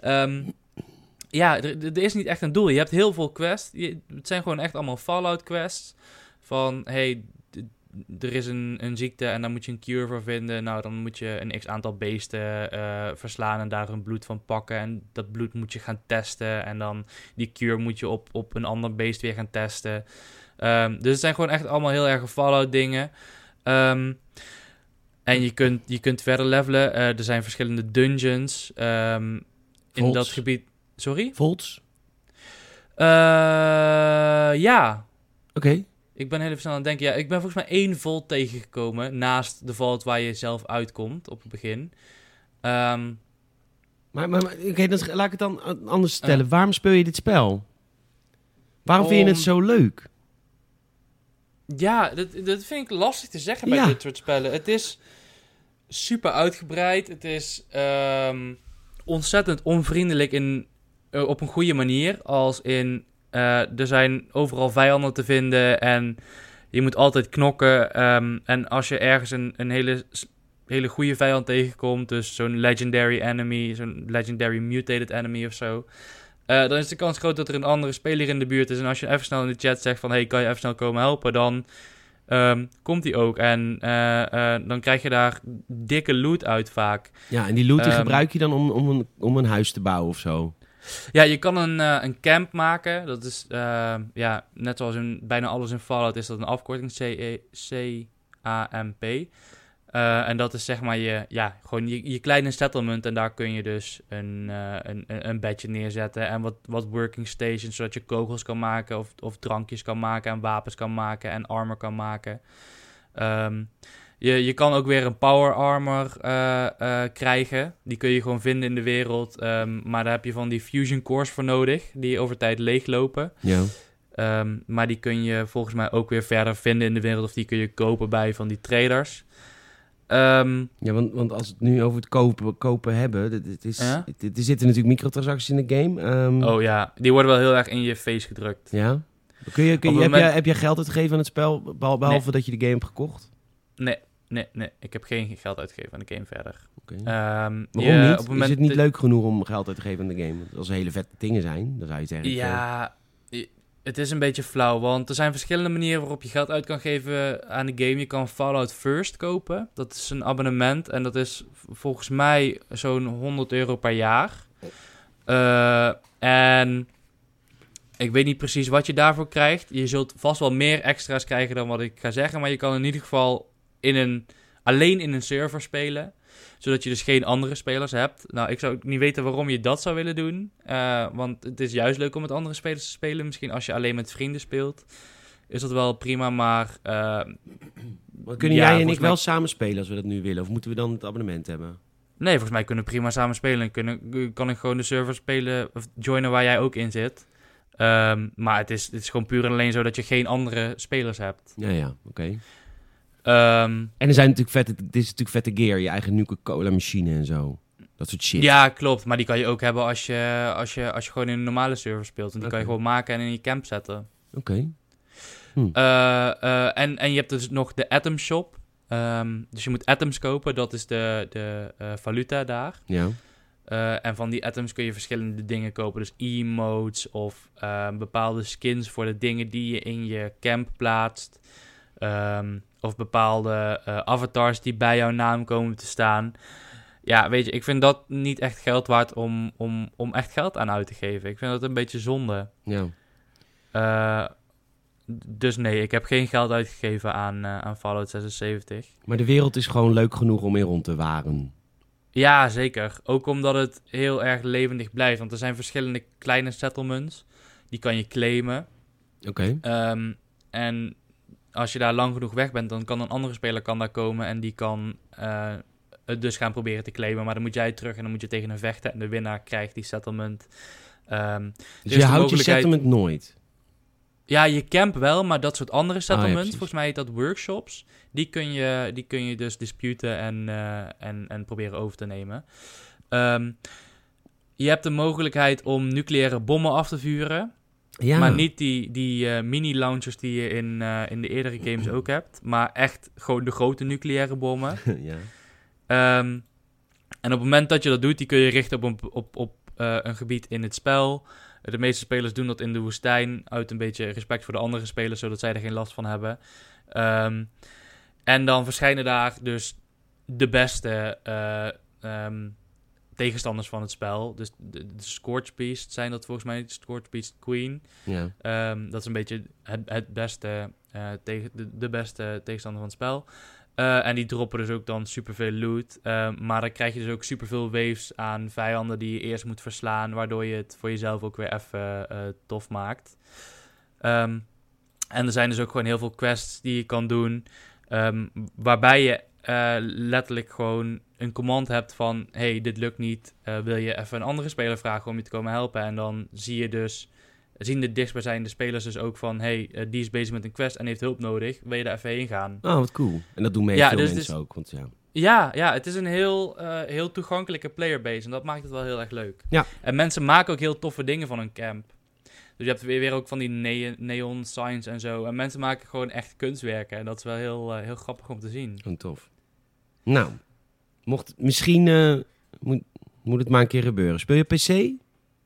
Er is niet echt een doel. Je hebt heel veel quests. Het zijn gewoon echt allemaal Fallout quests. Van, hey, er is een ziekte en daar moet je een cure voor vinden. Nou, dan moet je een x-aantal beesten verslaan en daar hun bloed van pakken. En dat bloed moet je gaan testen. En dan die cure moet je op een ander beest weer gaan testen. Dus het zijn gewoon echt allemaal heel erg Fallout dingen. En je kunt verder levelen. Er zijn verschillende dungeons. In dat gebied... Sorry? Volts? Ja. Oké. Ik ben heel even snel aan het denken. Ja, ik ben volgens mij 1 Volt tegengekomen. Naast de Vault waar je zelf uitkomt op het begin. Oké, dan laat ik het dan anders stellen. Waarom speel je dit spel? Waarom vind je het zo leuk? Ja, dat vind ik lastig te zeggen bij dit soort spellen. Het is super uitgebreid. Het is ontzettend onvriendelijk op een goede manier. Als in... er zijn overal vijanden te vinden en je moet altijd knokken. En als je ergens een hele goede vijand tegenkomt, dus zo'n legendary enemy, zo'n legendary mutated enemy of zo, dan is de kans groot dat er een andere speler in de buurt is. En als je even snel in de chat zegt van, hey, kan je even snel komen helpen, dan komt die ook. En dan krijg je daar dikke loot uit vaak. Ja, en die loot die gebruik je dan om een huis te bouwen of zo? Ja, je kan een camp maken. Dat is, net zoals in bijna alles in Fallout is dat een afkorting, CAMP. En dat is zeg maar je kleine settlement. En daar kun je dus een bedje neerzetten en wat working stations, zodat je kogels kan maken of drankjes kan maken en wapens kan maken en armor kan maken. Je kan ook weer een power armor krijgen. Die kun je gewoon vinden in de wereld. Maar daar heb je van die fusion cores voor nodig. Die over tijd leeglopen. Ja. Maar die kun je volgens mij ook weer verder vinden in de wereld. Of die kun je kopen bij van die traders. Want als we het nu over het kopen hebben... Er zitten natuurlijk microtransacties in de game. Die worden wel heel erg in je face gedrukt. Ja? Heb jij geld uitgegeven aan het spel? Behalve dat je de game hebt gekocht? Nee. Ik heb geen geld uitgegeven aan de game verder. Okay. Waarom niet? Op is het niet leuk genoeg om geld uit te geven aan de game? Als er hele vette dingen zijn, dan zou je zeggen... Ja, het is een beetje flauw. Want er zijn verschillende manieren waarop je geld uit kan geven aan de game. Je kan Fallout First kopen. Dat is een abonnement. En dat is volgens mij zo'n €100 per jaar. En ik weet niet precies wat je daarvoor krijgt. Je zult vast wel meer extra's krijgen dan wat ik ga zeggen. Maar je kan in ieder geval alleen in een server spelen. Zodat je dus geen andere spelers hebt. Nou, ik zou ook niet weten waarom je dat zou willen doen. Want het is juist leuk om met andere spelers te spelen. Misschien als je alleen met vrienden speelt, is dat wel prima. Maar kunnen jij en ik wel samen spelen als we dat nu willen? Of moeten we dan het abonnement hebben? Nee, volgens mij kunnen we prima samen spelen. Kan ik gewoon de server spelen of joinen waar jij ook in zit. Maar het is gewoon puur en alleen zo dat je geen andere spelers hebt. Ja, oké. En er zijn natuurlijk dit is natuurlijk vette gear, je eigen Nuka-Cola machine en zo. Dat soort shit. Ja, klopt. Maar die kan je ook hebben als je gewoon in een normale server speelt. En die kan je gewoon maken en in je camp zetten. Oké. En je hebt dus nog de Atom Shop. Dus je moet atoms kopen, dat is de valuta daar. Ja. En van die atoms kun je verschillende dingen kopen. Dus emotes of bepaalde skins voor de dingen die je in je camp plaatst. Of bepaalde avatars die bij jouw naam komen te staan. Ja, weet je, ik vind dat niet echt geld waard om echt geld aan uit te geven. Ik vind dat een beetje zonde. Ja. Dus nee, ik heb geen geld uitgegeven aan Fallout 76. Maar de wereld is gewoon leuk genoeg om in rond te waren. Ja, zeker. Ook omdat het heel erg levendig blijft. Want er zijn verschillende kleine settlements. Die kan je claimen. Oké. En als je daar lang genoeg weg bent, dan kan een andere speler daar komen. En die kan het dus gaan proberen te claimen. Maar dan moet jij terug en dan moet je tegen hem vechten. En de winnaar krijgt die settlement. Dus je houdt je settlement nooit? Ja, je camp wel, maar dat soort andere settlements, volgens mij heet dat workshops, die kun je dus disputen en proberen over te nemen. Je hebt de mogelijkheid om nucleaire bommen af te vuren, maar niet die mini-launchers die je in de eerdere games ook hebt, maar echt gewoon de grote nucleaire bommen. Ja. En op het moment dat je dat doet, die kun je richten op een gebied in het spel. De meeste spelers doen dat in de woestijn uit een beetje respect voor de andere spelers, zodat zij er geen last van hebben. En dan verschijnen daar dus de beste tegenstanders van het spel. Dus de Scorch Beast zijn dat volgens mij, Scorch Beast Queen. Ja. Dat is een beetje het beste, de beste tegenstander van het spel. En die droppen dus ook dan superveel loot. Maar dan krijg je dus ook superveel waves aan vijanden die je eerst moet verslaan, waardoor je het voor jezelf ook weer even tof maakt. En er zijn dus ook gewoon heel veel quests die je kan doen, waarbij je letterlijk gewoon een command hebt van, hey, dit lukt niet, wil je even een andere speler vragen om je te komen helpen? En dan zien de dichtstbijzijnde spelers dus ook van, hey, die is bezig met een quest en heeft hulp nodig. Wil je daar even heen gaan? Oh, wat cool. En dat doen veel mensen ook. Want ja, het is een heel toegankelijke playerbase en dat maakt het wel heel erg leuk. Ja. En mensen maken ook heel toffe dingen van een camp. Dus je hebt weer ook van die neon signs en zo. En mensen maken gewoon echt kunstwerken. En dat is wel heel grappig om te zien. Oh, tof. Nou, misschien moet het maar een keer gebeuren. Speel je PC?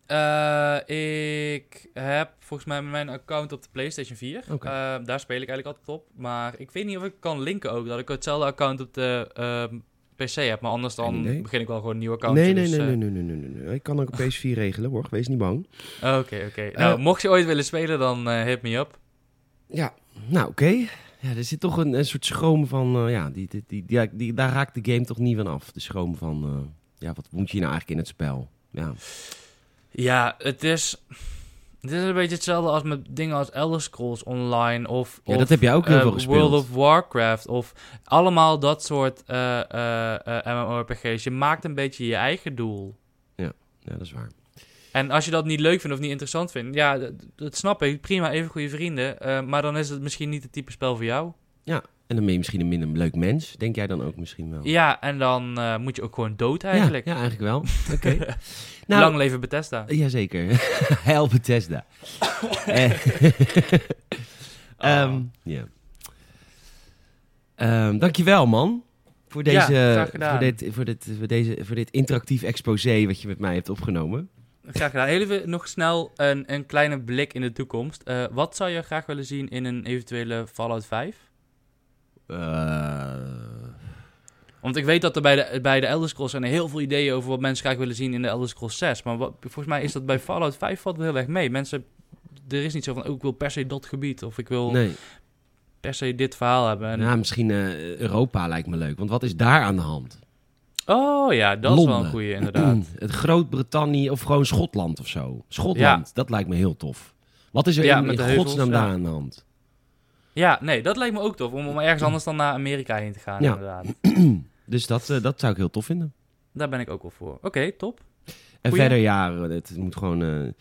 Ik heb volgens mij mijn account op de PlayStation 4. Okay. Daar speel ik eigenlijk altijd op. Maar ik weet niet of ik kan linken ook. Dat ik hetzelfde account op de PC heb. Maar anders dan begin ik wel gewoon een nieuw account. Nee. Ik kan ook een PS4 regelen, hoor. Wees niet bang. Oké. Nou, mocht je ooit willen spelen, dan hit me up. Ja, nou oké. Ja, er zit toch een soort schroom van... daar raakt de game toch niet van af. De schroom van... wat moet je nou eigenlijk in het spel? Ja, het is een beetje hetzelfde als met dingen als Elder Scrolls Online of dat heb jij ook heel veel gespeeld. World of Warcraft of allemaal dat soort MMORPG's. Je maakt een beetje je eigen doel. Ja, dat is waar. En als je dat niet leuk vindt of niet interessant vindt, ja, dat snap ik. Prima, even goede vrienden. Maar dan is het misschien niet het type spel voor jou. Ja, en dan ben je misschien een minder leuk mens. Denk jij dan ook misschien wel? Ja, en dan moet je ook gewoon dood eigenlijk. Ja, eigenlijk wel. Oké. Nou, lang leven Bethesda. Jazeker. Heil Bethesda. Dankjewel, man. Voor dit interactief exposé wat je met mij hebt opgenomen. Graag gedaan. Even nog snel een kleine blik in de toekomst. Wat zou je graag willen zien in een eventuele Fallout 5? Want ik weet dat er bij de Elder Scrolls zijn er heel veel ideeën over wat mensen graag willen zien in de Elder Scrolls 6. Maar volgens mij is dat bij Fallout 5 valt heel erg mee. Mensen, er is niet zo van, ik wil per se dat gebied. Of ik wil per se dit verhaal hebben. En... Nou, misschien Europa lijkt me leuk. Want wat is daar aan de hand? Oh ja, dat Londen. is wel een goeie, inderdaad. Het Groot-Brittannië of gewoon Schotland of zo. Schotland, dat lijkt me heel tof. Wat is er in godsnaam daar aan de hand? Ja, nee, dat lijkt me ook tof. Om ergens anders dan naar Amerika heen te gaan, inderdaad. Dus dat zou ik heel tof vinden. Daar ben ik ook wel voor. Oké, top. En verder, het moet gewoon...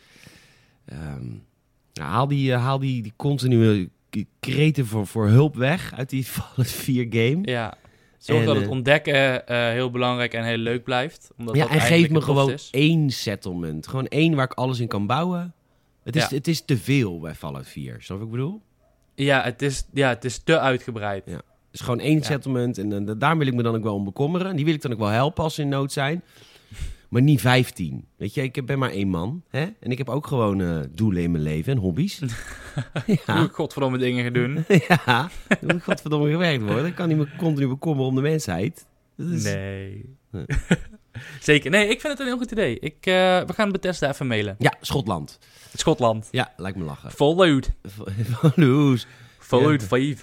haal die continue kreten voor hulp weg uit die Fallout 4 game. Ja, zorg dat het ontdekken heel belangrijk en heel leuk blijft. Omdat dat en geef me gewoon is. 1 settlement. Gewoon 1 waar ik alles in kan bouwen. Het is te veel bij Fallout 4. Snap je wat ik bedoel? Ja, het is te uitgebreid. Ja. Dus gewoon 1 settlement en daar wil ik me dan ook wel om bekommeren. En die wil ik dan ook wel helpen als ze in nood zijn. Maar niet 15. Weet je, ik ben maar 1 man. Hè? En ik heb ook gewoon doelen in mijn leven en hobby's. Hoe ik godverdomme dingen ga doen. Ja, hoe ik godverdomme gewerkt worden. Ik kan niet me continu bekommeren om de mensheid. Nee. Zeker. Nee, ik vind het een heel goed idee. We gaan Bethesda even mailen. Ja, Schotland. Ja, lijkt me lachen. Fallout. Fallout 5.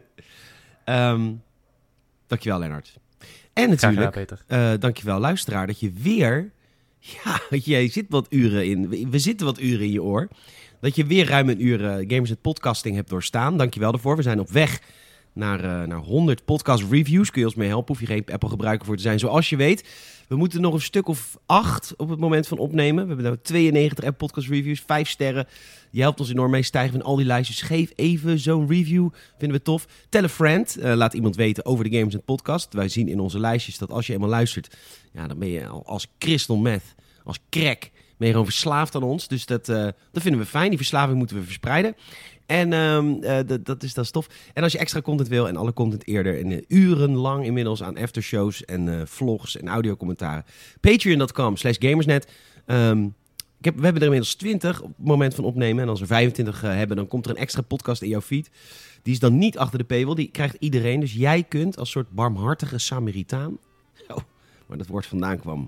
Dankjewel, Lennart. En natuurlijk, dankjewel luisteraar, dat je weer... Ja, jij zit wat uren in... We zitten wat uren in je oor. Dat je weer ruim een uur Gamersnet podcasting hebt doorstaan. Dankjewel daarvoor. We zijn op weg naar 100 podcast reviews. Kun je ons mee helpen? Hoef je geen Apple gebruiker voor te zijn. Zoals je weet, we moeten nog een stuk of 8 op het moment van opnemen. We hebben nou 92 Apple podcast reviews, 5 sterren. Je helpt ons enorm mee stijgen van al die lijstjes. Geef even zo'n review. Vinden we tof. Tell a friend. Laat iemand weten over de Gamersnet podcast. Wij zien in onze lijstjes dat als je eenmaal luistert, ja, dan ben je als crystal meth, als crack, ben je gewoon verslaafd aan ons. Dus dat vinden we fijn. Die verslaving moeten we verspreiden. En dat is tof. En als je extra content wil en alle content eerder en urenlang inmiddels aan aftershows en vlogs en audiocommentaren. Patreon.com/gamersnet. We hebben er inmiddels 20 op het moment van opnemen. En als we 25 hebben, dan komt er een extra podcast in jouw feed. Die is dan niet achter de paywall. Die krijgt iedereen. Dus jij kunt als soort barmhartige Samaritaan, waar dat woord vandaan kwam,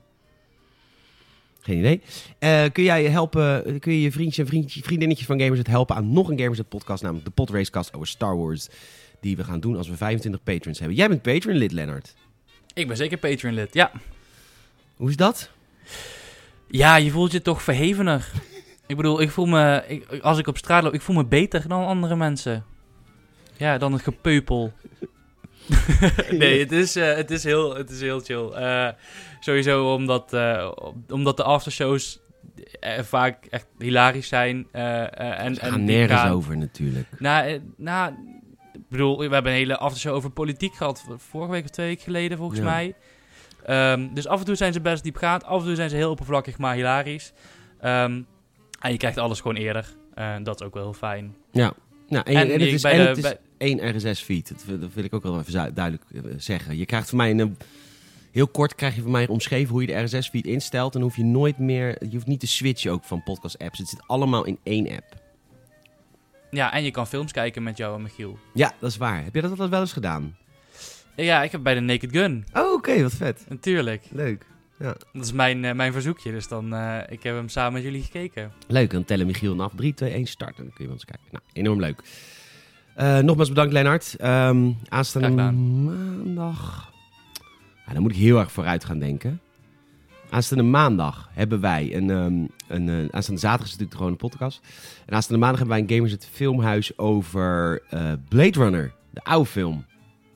geen idee. Kun jij helpen? Kun je je vriendjes en vriendinnetjes van Gamersnet helpen aan nog een Gamersnet podcast, namelijk de Podracecast over Star Wars, die we gaan doen als we 25 patrons hebben. Jij bent Patreon-lid, Lennart. Ik ben zeker Patreon-lid, ja. Hoe is dat? Ja, je voelt je toch verhevener. Ik bedoel, ik voel me, als ik op straat loop, ik voel me beter dan andere mensen. Ja, dan het gepeupel. Nee, het is heel chill. Sowieso omdat de aftershows vaak echt hilarisch zijn. Ze gaan nergens over natuurlijk. Ik bedoel, we hebben een hele aftershow over politiek gehad. Vorige week of 2 weken geleden volgens mij. Dus af en toe zijn ze best diepgaand. Af en toe zijn ze heel oppervlakkig, maar hilarisch. En je krijgt alles gewoon eerder. Dat is ook wel heel fijn. Ja. Nou, en het is 1 RSS-feed. Dat wil ik ook wel even duidelijk zeggen. Je krijgt van mij heel kort krijg je van mij omschreven hoe je de RSS-feed instelt. En hoef je nooit meer... Je hoeft niet te switchen ook van podcast-apps. Het zit allemaal in 1 app. Ja, en je kan films kijken met jou en Michiel. Ja, dat is waar. Heb je dat wel eens gedaan? Ja, ik heb bij de Naked Gun. Oh, oké, wat vet. Natuurlijk. Leuk. Ja. Dat is mijn verzoekje, dus dan ik heb hem samen met jullie gekeken. Leuk, dan tellen Michiel af. 3, 2, 1, start. En dan kun je wel eens kijken. Nou, enorm leuk. Nogmaals bedankt, Lennart. Aanstaande maandag... Ja, dan moet ik heel erg vooruit gaan denken. Aanstaande maandag hebben wij aanstaande zaterdag is natuurlijk gewoon een podcast. En aanstaande maandag hebben wij een Gamersnet filmhuis over Blade Runner. De oude film.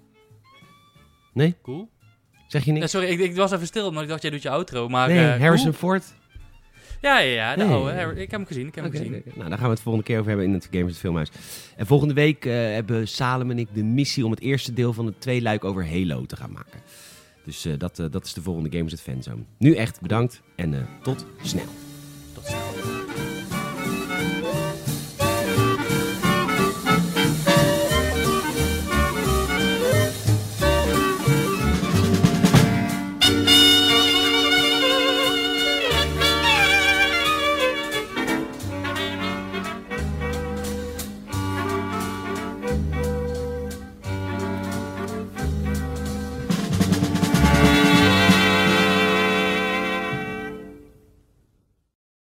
Nee? Cool. Zeg je niks? Sorry, ik was even stil, omdat ik dacht, jij doet je outro. Maar, nee, Harrison cool. Ford. Ja, de oude. Ik heb hem gezien. Nou, daar gaan we het volgende keer over hebben in het Gamersnet filmhuis. En volgende week hebben Salem en ik de missie om het eerste deel van het 2-luik over Halo te gaan maken. Dus dat is de volgende Gamersnet Fanzone. Nu echt bedankt en tot snel.